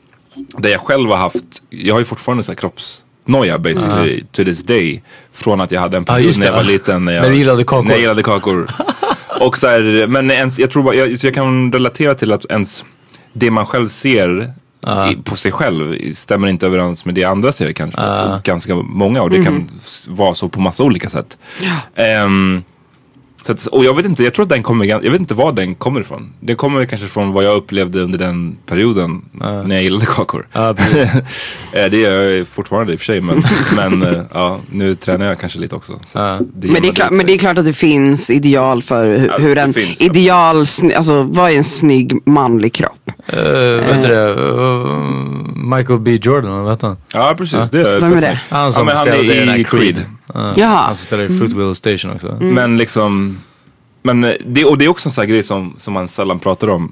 E: där jag själv har haft, jag har ju fortfarande så här kroppsnoja basically uh. to this day, från att jag hade en period ah, när jag var liten, när jag,
G: när jag gillade kakor.
E: När jag gillade kakor. Och så här, men ens, jag tror bara, jag, så jag kan relatera till att ens det man själv ser uh. i, på sig själv stämmer inte överens med det andra ser kanske. Uh. Ganska många, och det mm. kan vara så på massa olika sätt. Yeah. Um, så att, och jag vet inte, jag tror att den kommer, jag vet inte var den kommer ifrån. Det kommer kanske från vad jag upplevde under den perioden uh. när jag gillade kakor. Uh, det gör jag fortfarande i och för sig, men, men uh, ja, nu tränar jag kanske lite också. Så
H: uh. det men, det är klart, men det är klart att det finns ideal för hur, ja, hur en finns, ideal, ja. Alltså vad är en snygg manlig kropp?
G: Uh, uh. Vet du det? Uh, Michael B. Jordan, vet han?
E: Ja, precis.
G: Uh.
E: Det är,
H: vem är det?
G: Han som
E: ja, han
G: spelade
E: är i
G: den
E: Creed.
G: Creed. Uh,
H: ja.
G: Han spelar i Fruitvale mm. Station också.
E: Mm. Men liksom, men det, och det är också en sån här grej som, som man sällan pratar om.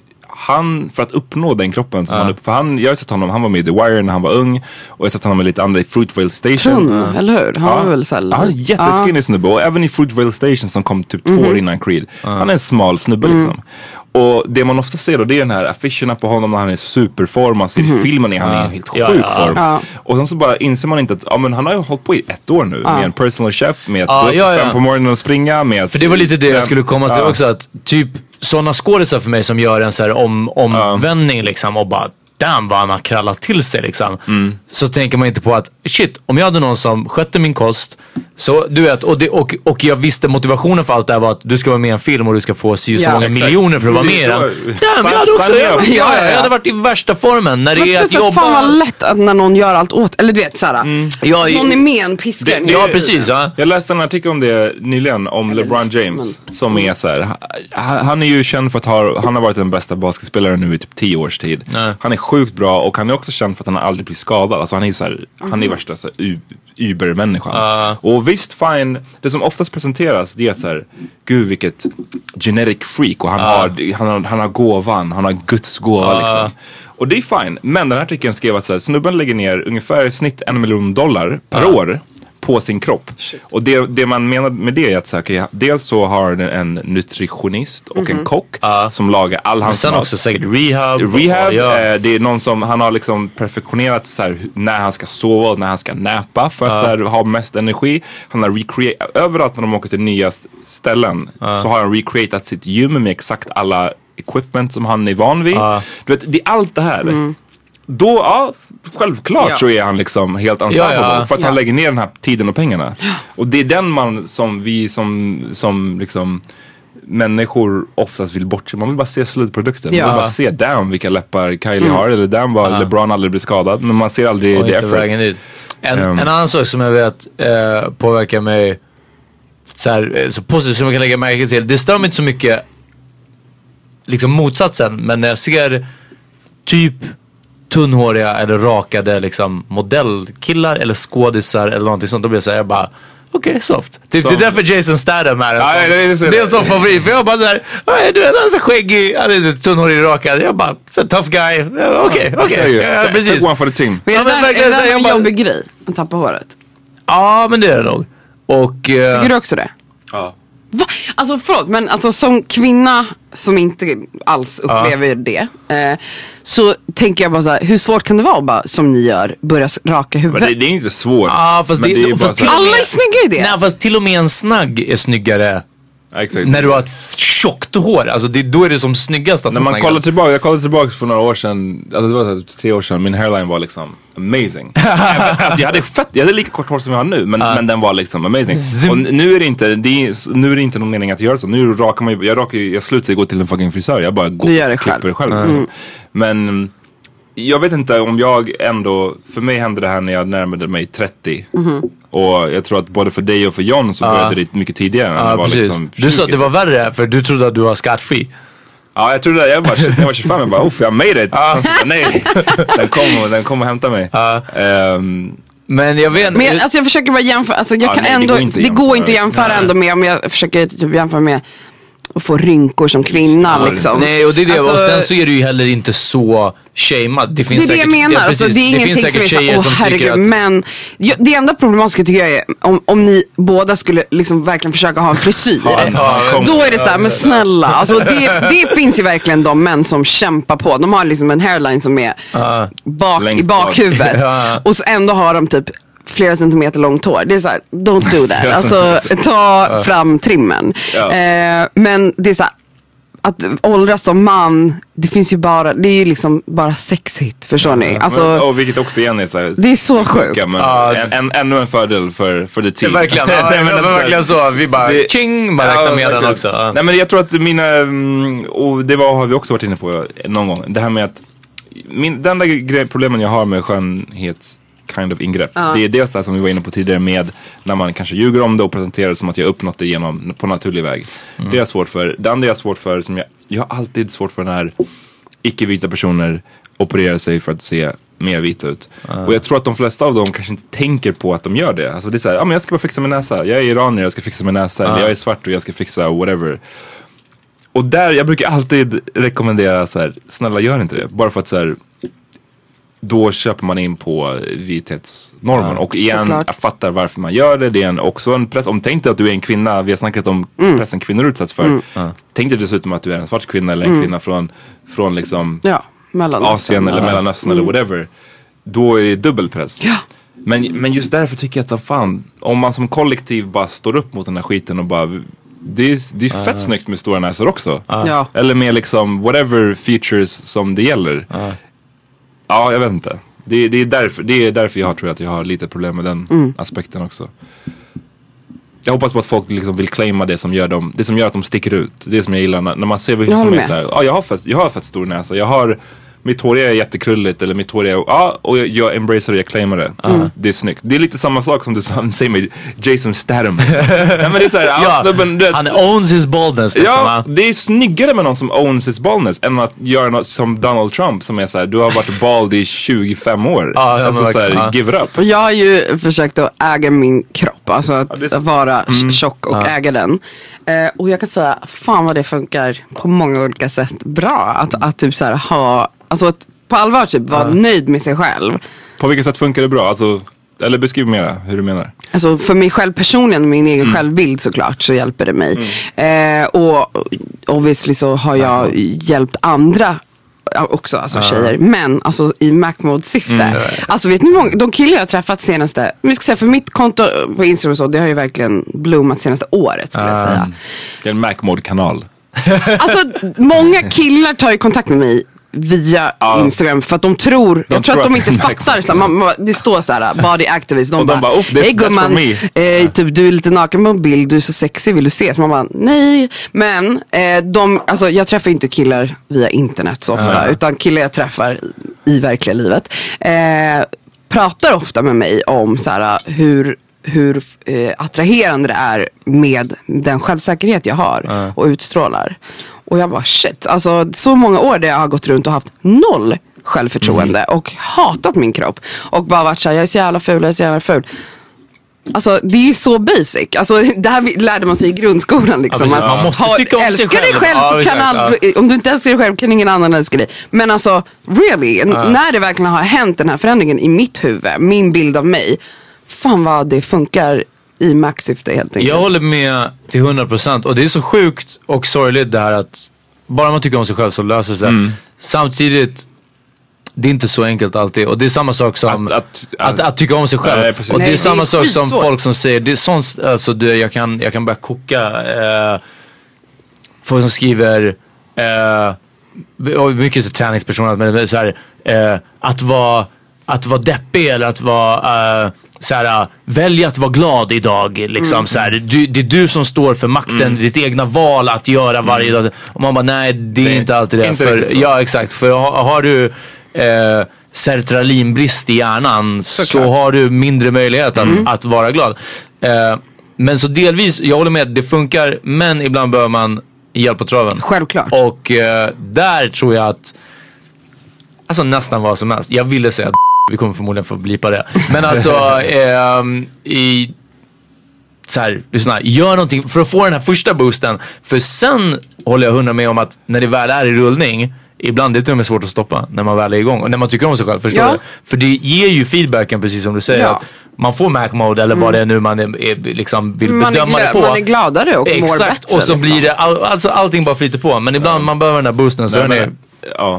E: Han, för att uppnå den kroppen som uh. han upp, för han, jag har sett honom, han var med i The Wire när han var ung, och jag har sett honom med lite andra i Fruitvale Station.
H: Tunn, uh. eller hur? Han ja. var väl sällan.
E: Han är jätteskinny uh. snubbe, och även i Fruitvale Station som kom typ mm. två år innan Creed. Uh. Han är en smal snubbe mm. liksom. Och det man ofta ser då, det är den här affischerna på honom när han är superform, alltså mm. i filmen är han i en helt
G: ja,
E: sjuk
G: ja.
E: form.
H: Ja.
E: Och sen så bara inser man inte att ja, men han har ju hållit på i ett år nu ja. med en personal chef, med att
G: ja,
E: gå upp
G: ja, ja.
E: fem på morgonen och springa med.
G: För det var lite det jag skulle komma till ja. också, att typ sådana skådisar för mig som gör en så här om, omvändning ja. liksom, och bara damn vad han har krallat till sig liksom. Mm. Så tänker man inte på att shit, om jag hade någon som skötte min kost, så du vet, och, det, och, och jag visste motivationen för allt det här var att du ska vara med i en film och du ska få så ja, många exakt. miljoner för att vara med i den. Damn, jag hade också, jag, ja, ja, ja. jag hade varit i värsta formen när det men är att jobba.
H: Fan vad lätt att när någon gör allt åt, eller du vet såhär, mm. ja, någon är med en piskar.
G: Det, ja, precis. Ja.
E: Jag läste en artikel om det nyligen, om eller LeBron James, men, som är så här, han är ju känd för att ha, han har varit den bästa basketspelaren nu i typ tio års tid. Nej. Han är sjukt bra, och han är också känd för att han aldrig blir skadad. Alltså han är så här, mm. han är värsta så här, übermänniskan. Uh. Och visst, fine, det som oftast presenteras, det är att så här, gud vilket genetic freak, och han, uh. har, han, har, han har gåvan, han har Guds gåva uh. liksom. Och det är fine, men den här artikeln skrev att så här, snubben lägger ner ungefär i snitt en miljon dollar per uh. år på sin kropp. Shit. Och det, det man menar med det är att så här, okay, dels så har den en nutritionist och mm-hmm. en kock uh. som lagar all hans
G: sen
E: mat.
G: Också säkert rehab.
E: Rehab,
G: och, ja.
E: eh, det är någon som han har liksom perfektionerat så här, när han ska sova och när han ska näpa för att uh. så här, ha mest energi. Han har recreat överallt när de åker till nya ställen uh. så har han recreatat sitt gym med exakt alla equipment som han är van vid. Uh. Du vet, det är allt det här. Mm. Då, ja, självklart ja. så är han liksom helt unstoppable ja, ja. för att ja. han lägger ner den här tiden och pengarna. Ja. Och det är den man som vi som, som liksom människor oftast vill bortse. Man vill bara se slutprodukten. Ja. Man vill bara se damn vilka läppar Kylie mm. har, eller damn vad ja. LeBron aldrig blir skadad. Men man ser aldrig
G: och
E: the effort.
G: En, um. en annan sak som jag vet eh, påverkar mig så, här, så positivt som jag kan lägga märke till. Det stör mig inte så mycket liksom motsatsen, men när jag ser typ tunnhåriga eller rakade liksom modellkillar eller skådisar eller någonting sånt, då blir jag såhär, jag bara okej, okay, soft. Typ, det är därför Jason Statham är en
E: ja,
G: sån.
E: Det är,
G: det är en sån favorit. För jag bara såhär, du är en så skäggig, han är tunnhårig rakad. Jag bara, så tough guy. Okej, okej. Precis.
E: One for the team.
H: Men är det, ja, men, är det där en bara, jobbig grej att tappa håret?
G: Ja, men det är det nog. Och,
H: tycker uh, du också det?
E: Ja.
H: Va? Alltså förlåt, men alltså som kvinna som inte alls upplever ja. det eh, så tänker jag bara så här, hur svårt kan det vara bara, som ni gör, börja raka huvudet?
E: Men det, det är inte svårt.
G: Ja, fast
E: men
G: det,
E: det är ju
G: fast
E: bara så här,
H: alla är snygga i det.
G: Nej, fast till och med en snagg är snyggare.
E: Ja, exakt.
G: När du har ett tjockt hår, alltså det, då är det som snyggast att
E: när man kollar tillbaka, jag kollade tillbaka för några år sedan, alltså det var så här, tre år sedan, min hairline var liksom amazing. Alltså, jag hade fett, jag hade lika kort hår som jag har nu, men, uh. men den var liksom amazing. Och nu är det inte, det är, nu är det inte någon mening att göra så. Nu rakar man ju, jag rakar jag slutar gå till en fucking frisör, jag bara går
H: du gör det
E: och klipper
H: själv.
E: det själv.
H: Mm.
E: Liksom. Men jag vet inte om jag ändå, för mig hände det här när jag närmade mig trettio. Mm. Och jag tror att både för dig och för John så började det mycket tidigare.
G: Ja,
E: det var
G: precis.
E: liksom
G: du sa att det var värre för du trodde att du var skattfri.
E: Ja, jag trodde det. Jag, bara, shit, jag var tjugofem, jag bara, uff, jag made it. Ah. Så, nej, den kom, och, den kom och hämtade mig. Ah. Um,
G: men jag vet
H: men jag, alltså jag försöker bara jämföra, alltså jag ja, kan nej, ändå, det går inte, det går inte att jämföra nej. ändå med om jag försöker typ jämföra med och få rynkor som kvinna ja, liksom.
G: Nej, och det är det. Alltså, och sen så är du ju heller inte så shamead. Det finns
H: det är
G: säkert,
H: det jag menar.
G: Ja,
H: alltså, det är
G: det
H: ingenting som är så, åh herregud. Att... Men ja, det enda problematiska tycker jag är om, om ni båda skulle liksom verkligen försaka ha en frisyr. Ja, då är det så här, men snälla. Alltså, det, det finns ju verkligen de män som kämpar på. De har liksom en hairline som är uh, bak i bakhuvudet. Ja. Och så ändå har de typ flera centimeter långt hår. Det är så här, don't do that. Alltså ta fram trimmen. Ja. Eh, men det är så här, att åldras som man, det finns ju bara, det är ju liksom bara sexigt, förstår ni? Alltså,
E: men, och vilket också igen är så här,
H: det är så sjukt.
E: Men uh, en, en, ännu en fördel för, för det team.
G: Ja, verkligen, ja, nej, men det var verkligen så. Vi bara, det, ching, bara räknar med den också. Ja.
E: Nej, men jag tror att mina, och det var, har vi också varit inne på någon gång, det här med att min, den där problemen jag har med skönhets kind of ingrepp. Uh. Det är det där som vi var inne på tidigare med när man kanske ljuger om det och presenterar det som att jag uppnått det genom på naturlig väg. Mm. Det är jag svårt för. Det andra är jag svårt för som jag, jag har alltid svårt för när icke-vita personer opererar sig för att se mer vita ut. Uh. Och jag tror att de flesta av dem kanske inte tänker på att de gör det. Alltså det är så här, ja men jag ska bara fixa min näsa. Jag är iranier, jag ska fixa min näsa. Uh. Eller jag är svart och jag ska fixa whatever. Och där, jag brukar alltid rekommendera så här, snälla gör inte det. Bara för att så här, då köper man in på vithetsnormen. Ja, och igen, såklart. Jag fattar varför man gör det. Det är en, också en press. Om tänk dig att du är en kvinna. Vi har snackat om mm. pressen kvinnor utsätts för. Mm. Ja. Tänk dig dessutom att du är en svart kvinna eller en mm. kvinna från, från liksom
H: ja,
E: Asien eller ja. Mellanöstern mm. eller whatever. Då är det dubbelpress.
H: Ja.
E: Men, men just därför tycker jag att fan, om man som kollektiv bara står upp mot den här skiten och bara... Det är, det är fett uh. snyggt med stora näsor också. Uh.
H: Ja.
E: Eller med liksom whatever features som det gäller. Uh. Ja, jag vet inte. Det, det, är därför, det är därför jag tror att jag har lite problem med den mm. aspekten också. Jag hoppas på att folk liksom vill claima det som gör dem, det som gör att de sticker ut. Det som jag gillar när, när man ser vilka som är så här, ja, jag har fett, jag har fett stor näsa. Jag har, mitt hår är jättekrulligt eller mitt hår är, ja, och jag, jag embracear det, jag claimar det. Mm. Det är snyggt. Det är lite samma sak som du säger med Jason Statham. Nej, men det är så här, ja, ja, men, det,
G: han owns his baldness.
E: Liksom, ja, det är snyggare med någon som owns his baldness än att göra något som Donald Trump som är så här, du har varit bald i tjugofem år.
G: Ja,
E: alltså så här, ja. Give it up.
H: Och jag har ju försökt att äga min kropp, alltså att ja, vara mm. tjock och ja. äga den. Eh, och jag kan säga, fan vad det funkar på många olika sätt bra. Att, att typ så här ha, alltså att på allvar typ vara uh. nöjd med sig själv.
E: På vilket sätt funkar det bra? Alltså, eller beskriv mera hur du menar.
H: Alltså för mig själv personligen, min egen mm. självbild såklart, så hjälper det mig. Mm. Eh, och obviously så har jag uh. hjälpt andra också, alltså uh. tjejer. Men alltså i Mac-mode-syfte. Mm. Alltså vet ni många, de killar jag har träffat senaste, vi ska säga för mitt konto på Instagram så, det har ju verkligen blommat senaste året skulle uh. jag säga.
E: Det är en Mac-mode-kanal.
H: Alltså många killar tar ju kontakt med mig via uh. Instagram för att de tror, de jag tror, tror att de inte fattar så man, man, det står så här body activist, de,
E: och
H: bara,
E: de bara hej gumman,
H: eh, typ du är lite naken på en bild, du är så sexig, vill du ses? Man bara nej, men eh, de, alltså jag träffar inte killar via internet så ofta, uh. utan killar jag träffar i, i verkliga livet eh, pratar ofta med mig om så här hur hur eh, attraherande det är med den självsäkerhet jag har uh. och utstrålar. Och jag bara shit, alltså så många år där jag har gått runt och haft noll självförtroende mm. och hatat min kropp och bara varit såhär, jag är så jävla ful, jag är så jävla ful. Alltså det är ju så basic. Alltså det här lärde man sig i grundskolan liksom.
G: Ja, man måste
H: ha,
G: tycka om
H: älska
G: sig själv.
H: dig själv så ja, kan all, ja. Om du inte älskar dig själv kan ingen annan älska dig. Men alltså really, ja. När det verkligen har hänt den här förändringen i mitt huvud, min bild av mig, fan vad det funkar i Mac-syfte helt enkelt.
G: Jag håller med till hundra procent. Och det är så sjukt och sorgligt det här att bara man tycker om sig själv så löser sig. Mm. Samtidigt, det är inte så enkelt alltid. Och det är samma sak som att, att, att, att, att tycka om sig själv. Nej, och det är Nej, samma det är sak som folk som säger, det är sånt, alltså du, jag, kan, jag kan börja koka. Eh, folk som skriver, eh, mycket så träningspersoner, men så här, eh, att vara att vara deppig eller att vara uh, såhär, välj att vara glad idag liksom, mm. såhär, du, det är du som står för makten, mm. ditt egna val att göra varje mm. dag. Och man bara, nej det är nej, inte alltid det inte för, ja exakt, för har, har du eh, sertralinbrist i hjärnan så, så har du mindre möjlighet att, mm. att vara glad. eh, men så delvis, jag håller med, det funkar, men ibland behöver man hjälp på traven.
H: Självklart.
G: Och eh, där tror jag att alltså nästan vad som helst, jag ville säga att vi kommer förmodligen få blipa det. Men alltså eh, i så här, lyssna, gör någonting för att få den här första boosten. För sen håller jag hundra med om att när det väl är i rullning, ibland det är till och med svårt att stoppa när man väl är igång. Och när man tycker om sig själv, förstår ja. du? För det ger ju feedbacken, precis som du säger, ja. att man får Mac mode eller mm. vad det är nu man är, är, liksom vill man bedöma det på.
H: Man är gladare och
G: exakt,
H: mår bättre.
G: Och så
H: liksom.
G: blir det, all, alltså allting bara flyter på. Men ibland ja. man behöver den här boosten. Så
E: nej,
G: är
E: men, ja.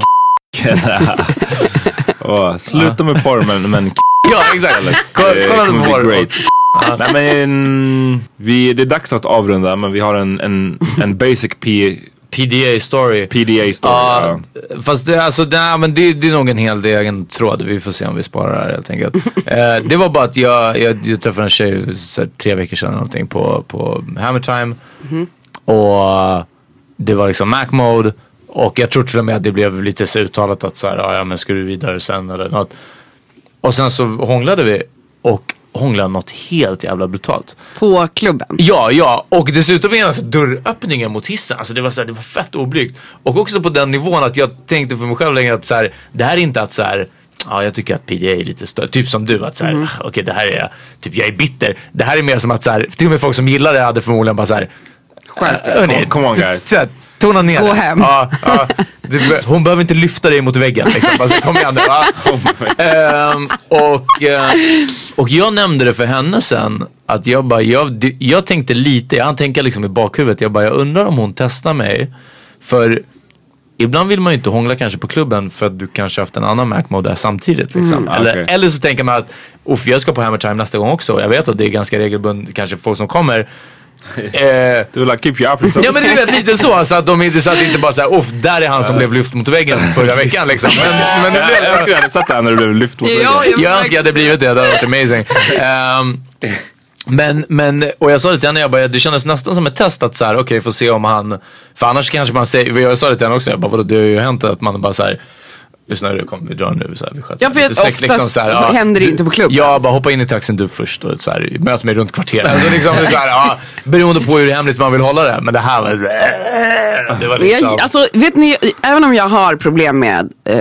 E: oh, sluta med porr men, men
G: ja exakt. Kolla, kolla på porr.
E: Nej men vi, det är dags att avrunda, men vi har en, en, en basic P,
G: P D A story.
E: P D A story.
G: Uh, ja. Fast det, alltså, det, men det, det är nog en hel del egen tråd. Vi får se om vi sparar helt enkelt. uh, det var bara att jag, jag, jag träffade en tjej så, tre veckor sedan någonting på, på Hammer Time. Mm-hmm. Och uh, det var liksom Mac mode. Och jag tror till och med att det blev lite så uttalat att så här, ja men ska du vidare sen eller något. Och sen så hånglade vi och hånglade något helt jävla brutalt.
H: På klubben?
G: Ja, ja. Och dessutom är det dörröppningen mot hissen. Alltså det var så här, det var fett oblygt. Och också på den nivån att jag tänkte för mig själv länge att så här, det här är inte att så här, ja jag tycker att P D A är lite större. Typ som du, att så här, mm. okej okay, det här är, typ jag är bitter. Det här är mer som att så här, till och med folk som gillar det hade förmodligen bara så här,
E: Skärp, come on guys.
G: Tona ner.
H: Gå hem.
G: Ja, ja. Hon behöver inte lyfta dig mot väggen liksom. Alltså, kom igen nu, va? um, och, uh, och jag nämnde det för henne sen. Att jag bara, jag, jag tänkte lite, jag hann tänka liksom i bakhuvudet. Jag bara, jag undrar om hon testar mig. För ibland vill man ju inte hångla kanske på klubben för att du kanske haft en annan Mac mode där samtidigt liksom. Mm, eller, okay. eller så tänker man att uff, jag ska på Hammer Time nästa gång också. Jag vet att det är ganska regelbundet kanske folk som kommer.
E: Eh, du vill like, keep you up.
G: Ja men det är lite så, så att de inte satt inte bara såhär, uff, där är han som blev lyft mot väggen förra veckan liksom. Men, men det blev,
E: jag önskar jag hade satt där när du blev lyft mot väggen.
G: Ja, jag, jag önskar jag hade blivit det, det hade varit amazing. um, Men, men, och jag sa det till henne, jag bara, det kändes nästan som ett test att såhär, okej, okay, får se om han, för annars kanske man säger, jag sa det till henne också, jag bara, vadå, det har ju hänt att man bara såhär, just när det kommer, vi drar nu så här, vi sköter.
H: Jag vet oftast liksom, så här, ja, händer det inte på klubben.
G: Ja, bara hoppa in i taxin du först och så här, möt mig runt kvarteret. Alltså liksom så här, ja, beroende på hur hemligt man vill hålla det, men det här var det var liksom.
H: Jag, alltså, vet ni, även om jag har problem med eh,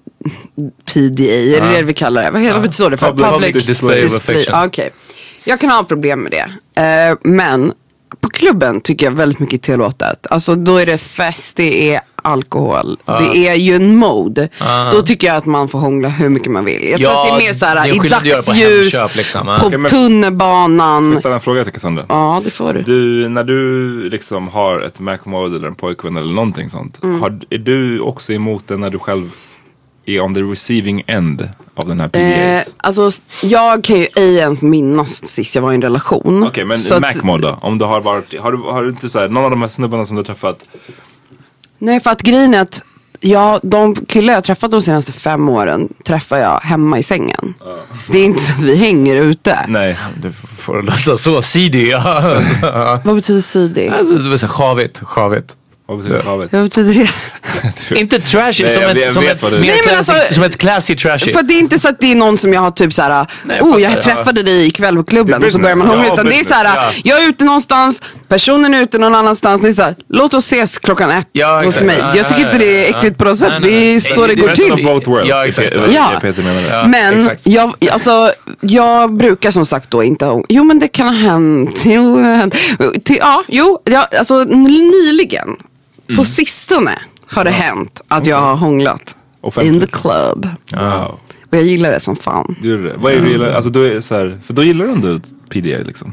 H: P D A, eller uh. det vi kallar det. Vad, vad betyder det för?
G: Public, Public display, display of affection.
H: Okej. Okay. Jag kan ha problem med det. Eh, men på klubben tycker jag väldigt mycket tillåtet. Alltså då är det fest, det är alkohol. Uh. Det är ju en mode. Uh. Då tycker jag att man får hångla hur mycket man vill. Jag
G: ja,
H: tror att det är mer såhär i dagsljus, på, liksom, uh.
E: på
H: okay, tunnelbanan.
E: Får jag ställa en fråga till Cassandra?
H: Ja, det får du.
E: Du, när du liksom har ett Mac mode eller en pojkvän eller någonting sånt. Mm. Har, är du också emot det när du själv är on the receiving end av den här P D A?
H: Eh, alltså, jag kan ju ej ens minnas sist jag var i en relation.
E: Okej, okay, men så Mac mode då? Om du har varit, har du, har du inte så här, någon av de här snubbarna som du har träffat?
H: Nej, för att grejen är att ja, de killar jag träffat de senaste fem åren träffar jag hemma i sängen. Uh. Det är inte så att vi hänger ute.
G: Nej, du får låta så sidig. Ja. Alltså.
H: Vad betyder sidig?
G: Alltså, det var så chavigt, chavigt.
E: Vad betyder chavigt?
H: Vad betyder det?
G: Inte trashy, som, ett, som, ett, Nej, classy, alltså, som ett classy trashy.
H: För det är inte så att det är någon som jag har typ såhär, Nej, jag oh jag träffade ja. dig ikväll på klubben och så börjar man hångla, ja, utan business. Det är såhär, ja. jag är ute någonstans, personen är ute någon annanstans, det är såhär, låt oss ses klockan ett ja, hos mig. Jag tycker inte det är äckligt på något sätt, det är så det går till.
E: Ja, exakt.
H: Ja. Men jag, alltså, jag brukar som sagt då inte, jo men det kan ha hänt, jo, ja, jo, ja, alltså nyligen. Mm. På sistone har det ja. hänt att okay. jag har hånglat in the club.
E: Wow.
H: Och jag gillar det som fan.
E: Du gillar det? Vad är det du gillar? Alltså, du är så här, för då gillar du ändå P D A liksom.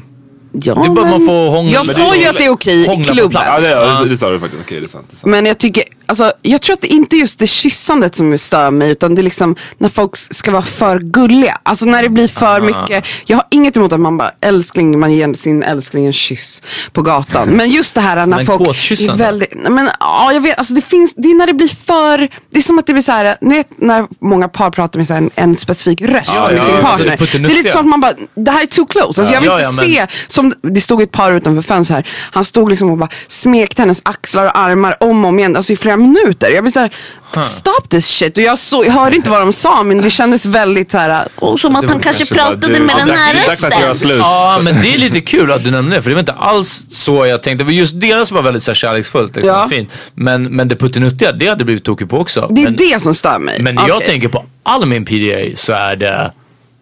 H: Ja,
G: det är bara
H: men...
G: man får hångla.
H: Jag sa ju att det är okej i klubben.
E: Ja, det, ja. det, det sa du faktiskt. Okej, det är sant. Det är sant.
H: Men jag tycker, alltså, jag tror att det inte är just det kyssandet som stör mig, utan det är liksom när folk ska vara för gulliga. Alltså när det blir för mycket. Jag har inget emot att man bara älskling, man ger sin älskling en kyss på gatan. Men just det här när
G: men
H: folk är väldigt, men ja, jag vet, alltså det finns, det är när det blir för, det är som att det blir så här, ni vet när många par pratar med så här, en, en specifik röst
G: ja,
H: med
G: ja,
H: sin
G: ja,
H: partner.
G: det,
H: det är lite som att man bara, det här är too close. Alltså jag vill
G: ja,
H: inte
G: ja,
H: se, som det stod ett par utanför fönster här. Han stod liksom och bara smekte hennes axlar och armar om och om igen, alltså i flera minuter. Jag blir så här, huh. stop this shit. Och jag, så, jag hörde inte vad de sa, men det kändes väldigt så här, oh, som att han kanske pratade du, med den här rösten.
G: Ja, men det är lite kul att du nämnde det, för det var inte alls så jag tänkte. Just deras var väldigt så här kärleksfullt, liksom, ja. fint. Men, men det puttinuttiga, det hade blivit tokigt på också.
H: Det är
G: men,
H: det som stör mig.
G: Men okay. jag tänker på all min P D A så är det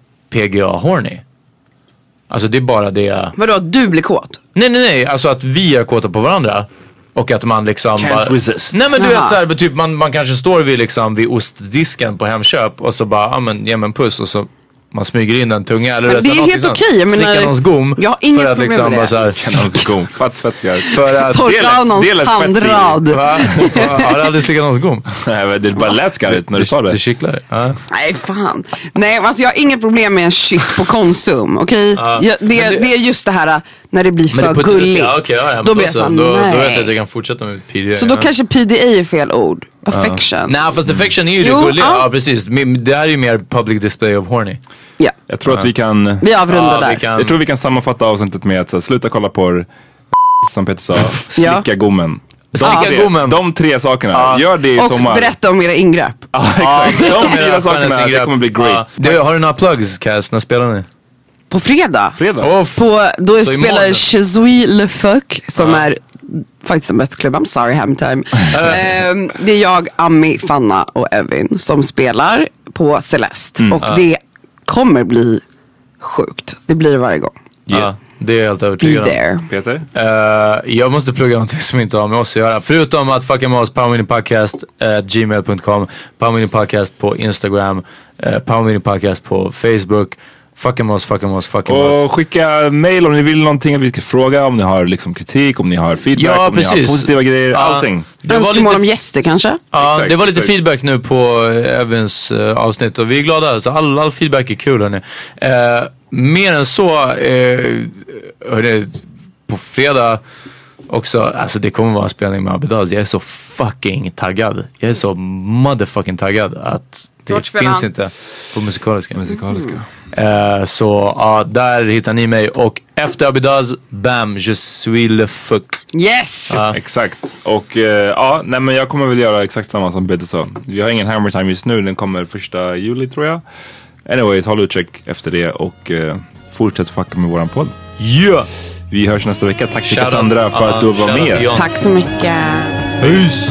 G: P G A horny. Alltså det är bara det.
H: Vadå, att du blir kåt?
G: Nej, nej, nej. Alltså att vi är kåta på varandra. Och att man liksom
E: can't
G: bara,
E: resist.
G: Nej men du vet såhär, typ man, man kanske står vid liksom vid ostdisken på Hemköp och så bara, ja men ge mig en puss och så man smyger in en tunga eller
H: men det är helt okej. Okay,
G: slicka någons gom.
H: Jag har inget
G: för att
H: problem
G: liksom
H: med det.
E: Slicka någons gom. Fatt, fett gör.
G: För att
H: torka av någons tandrad.
G: Har du aldrig slickat någons gom?
E: Nej men det bara lät skarrigt när du sa det.
G: Det kittlar. Ja.
H: Nej fan. Nej alltså jag har inget problem med en kyss på Konsum. Okej? Okay?
G: Ja.
H: Det, det, det är just det här när det blir för det gulligt.
G: Ja, okay, ja, ja,
H: då blir jag såhär,
G: då,
H: nej.
G: Då vet jag att jag kan fortsätta med P D A.
H: Så då ja. kanske P D A är fel ord. Affection.
G: Uh. Nej fast affection är ju jo, det gulliga. Ja. ja precis. Det här är ju mer public display of horny.
H: Ja.
E: Jag tror uh. att vi kan
H: Vi avrundar ja, där.
E: Vi kan... Jag tror vi kan sammanfatta avsnittet med att så, sluta kolla på som Peter sa, slicka
H: ja.
E: gommen. De,
G: Slicka
E: tre,
G: gommen.
E: de tre sakerna. Ja. Gör det i
H: och
E: sommar.
H: Och berätta om era ingrepp.
E: Ja, exakt. De fyra sakerna, det kommer bli great.
G: Ja. Du, har du några plugs, Cass? När spelar ni?
H: På fredag.
E: Fredag?
G: Oh,
H: på, då så spelar Chezouille Le Fuck som ja. är faktiskt den bästa klubben. Sorry, Ham Time. um, det är jag, Ami, Fanna och Evin som spelar på Celeste. Mm. Och ja. det kommer bli sjukt. Det blir det varje gång.
G: Ja, yeah. det är helt övertygad
H: om.
E: Peter?
G: Uh, jag måste plugga någonting som inte har med oss att göra. Förutom att fucka med oss, powerminipodcast at gmail dot com, powerminipodcast på Instagram, uh, powerminipodcast på Facebook. Fucka med oss, fucka med oss, fucka med oss.
E: Och skicka mail om ni vill någonting att vi ska fråga. Om ni har liksom kritik, om ni har feedback,
G: ja,
E: om
G: precis.
E: ni har positiva grejer, uh, allting.
H: Det var lite om gäster kanske?
G: Ja,
E: exakt,
G: det var lite
E: exakt.
G: feedback nu på Evans uh, avsnitt. Och vi är glada, så all, all feedback är kul hörni. Uh, mer än så, uh, hörni, på fredag också, alltså det kommer vara en spelning med Abidaz. Jag är så fucking taggad. Jag är så motherfucking taggad att det finns inte på musikaliska.
E: musikaliska.
G: Uh, så ja, uh, där hittar ni mig. Och efter Abidaz, bam, je suis le fuck.
H: Yes!
E: Uh. Exakt. Och uh, ja, nej men jag kommer väl göra exakt samma som Peter sa. Vi har ingen Hammer Time just nu, den kommer första juli tror jag. Anyways, håll utkik efter det och uh, fortsätt fucka med våran podd.
G: Yeah!
E: Vi hörs nästa vecka. Tack till Cassandra för uh, att du var med.
H: Tack så mycket.
G: Peace!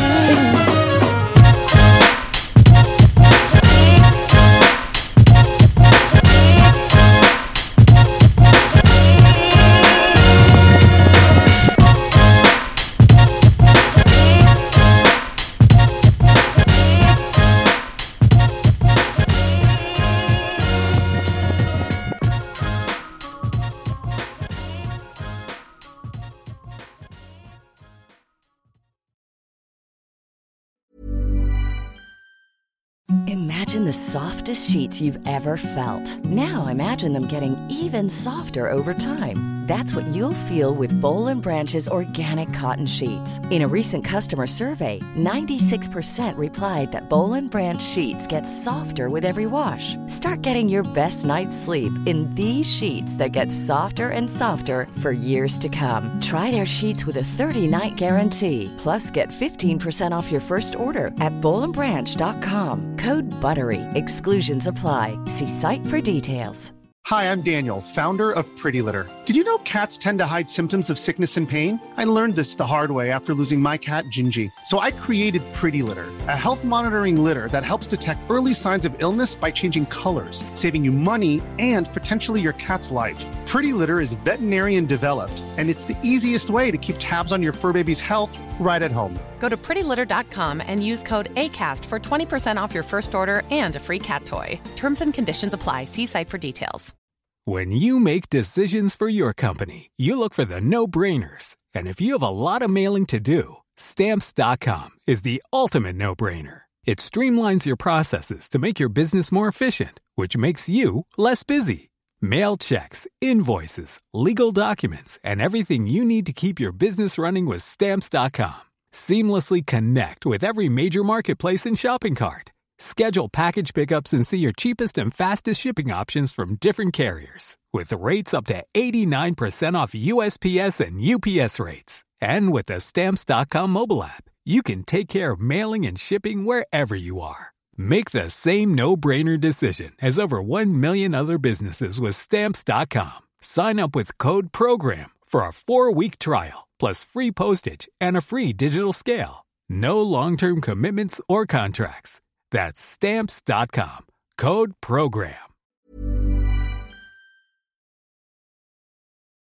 D: Imagine the softest sheets you've ever felt. Now imagine them getting even softer over time. That's what you'll feel with Boll and Branch's organic cotton sheets. In a recent customer survey, ninety-six percent replied that Boll and Branch sheets get softer with every wash. Start getting your best night's sleep in these sheets that get softer and softer for years to come. Try their sheets with a thirty-night guarantee. Plus, get fifteen percent off your first order at boll and branch dot com. Code BUTTERY. Exclusions apply. See site for details.
K: Hi, I'm Daniel, founder of Pretty Litter. Did you know cats tend to hide symptoms of sickness and pain? I learned this the hard way after losing my cat, Gingy. So I created Pretty Litter, a health monitoring litter that helps detect early signs of illness by changing colors, saving you money and potentially your cat's life. Pretty Litter is veterinarian developed, and it's the easiest way to keep tabs on your fur baby's health right at home.
L: Go to pretty litter dot com and use code ACAST for twenty percent off your first order and a free cat toy. Terms and conditions apply. See site for details.
M: When you make decisions for your company, you look for the no-brainers. And if you have a lot of mailing to do, Stamps dot com is the ultimate no-brainer. It streamlines your processes to make your business more efficient, which makes you less busy. Mail checks, invoices, legal documents, and everything you need to keep your business running with Stamps dot com. Seamlessly connect with every major marketplace and shopping cart. Schedule package pickups and see your cheapest and fastest shipping options from different carriers. With rates up to eighty-nine percent off U S P S and U P S rates. And with the Stamps dot com mobile app, you can take care of mailing and shipping wherever you are. Make the same no-brainer decision as over one million other businesses with Stamps dot com. Sign up with code PROGRAM for a four-week trial, plus free postage and a free digital scale. No long-term commitments or contracts. That's Stamps dot com. Code PROGRAM.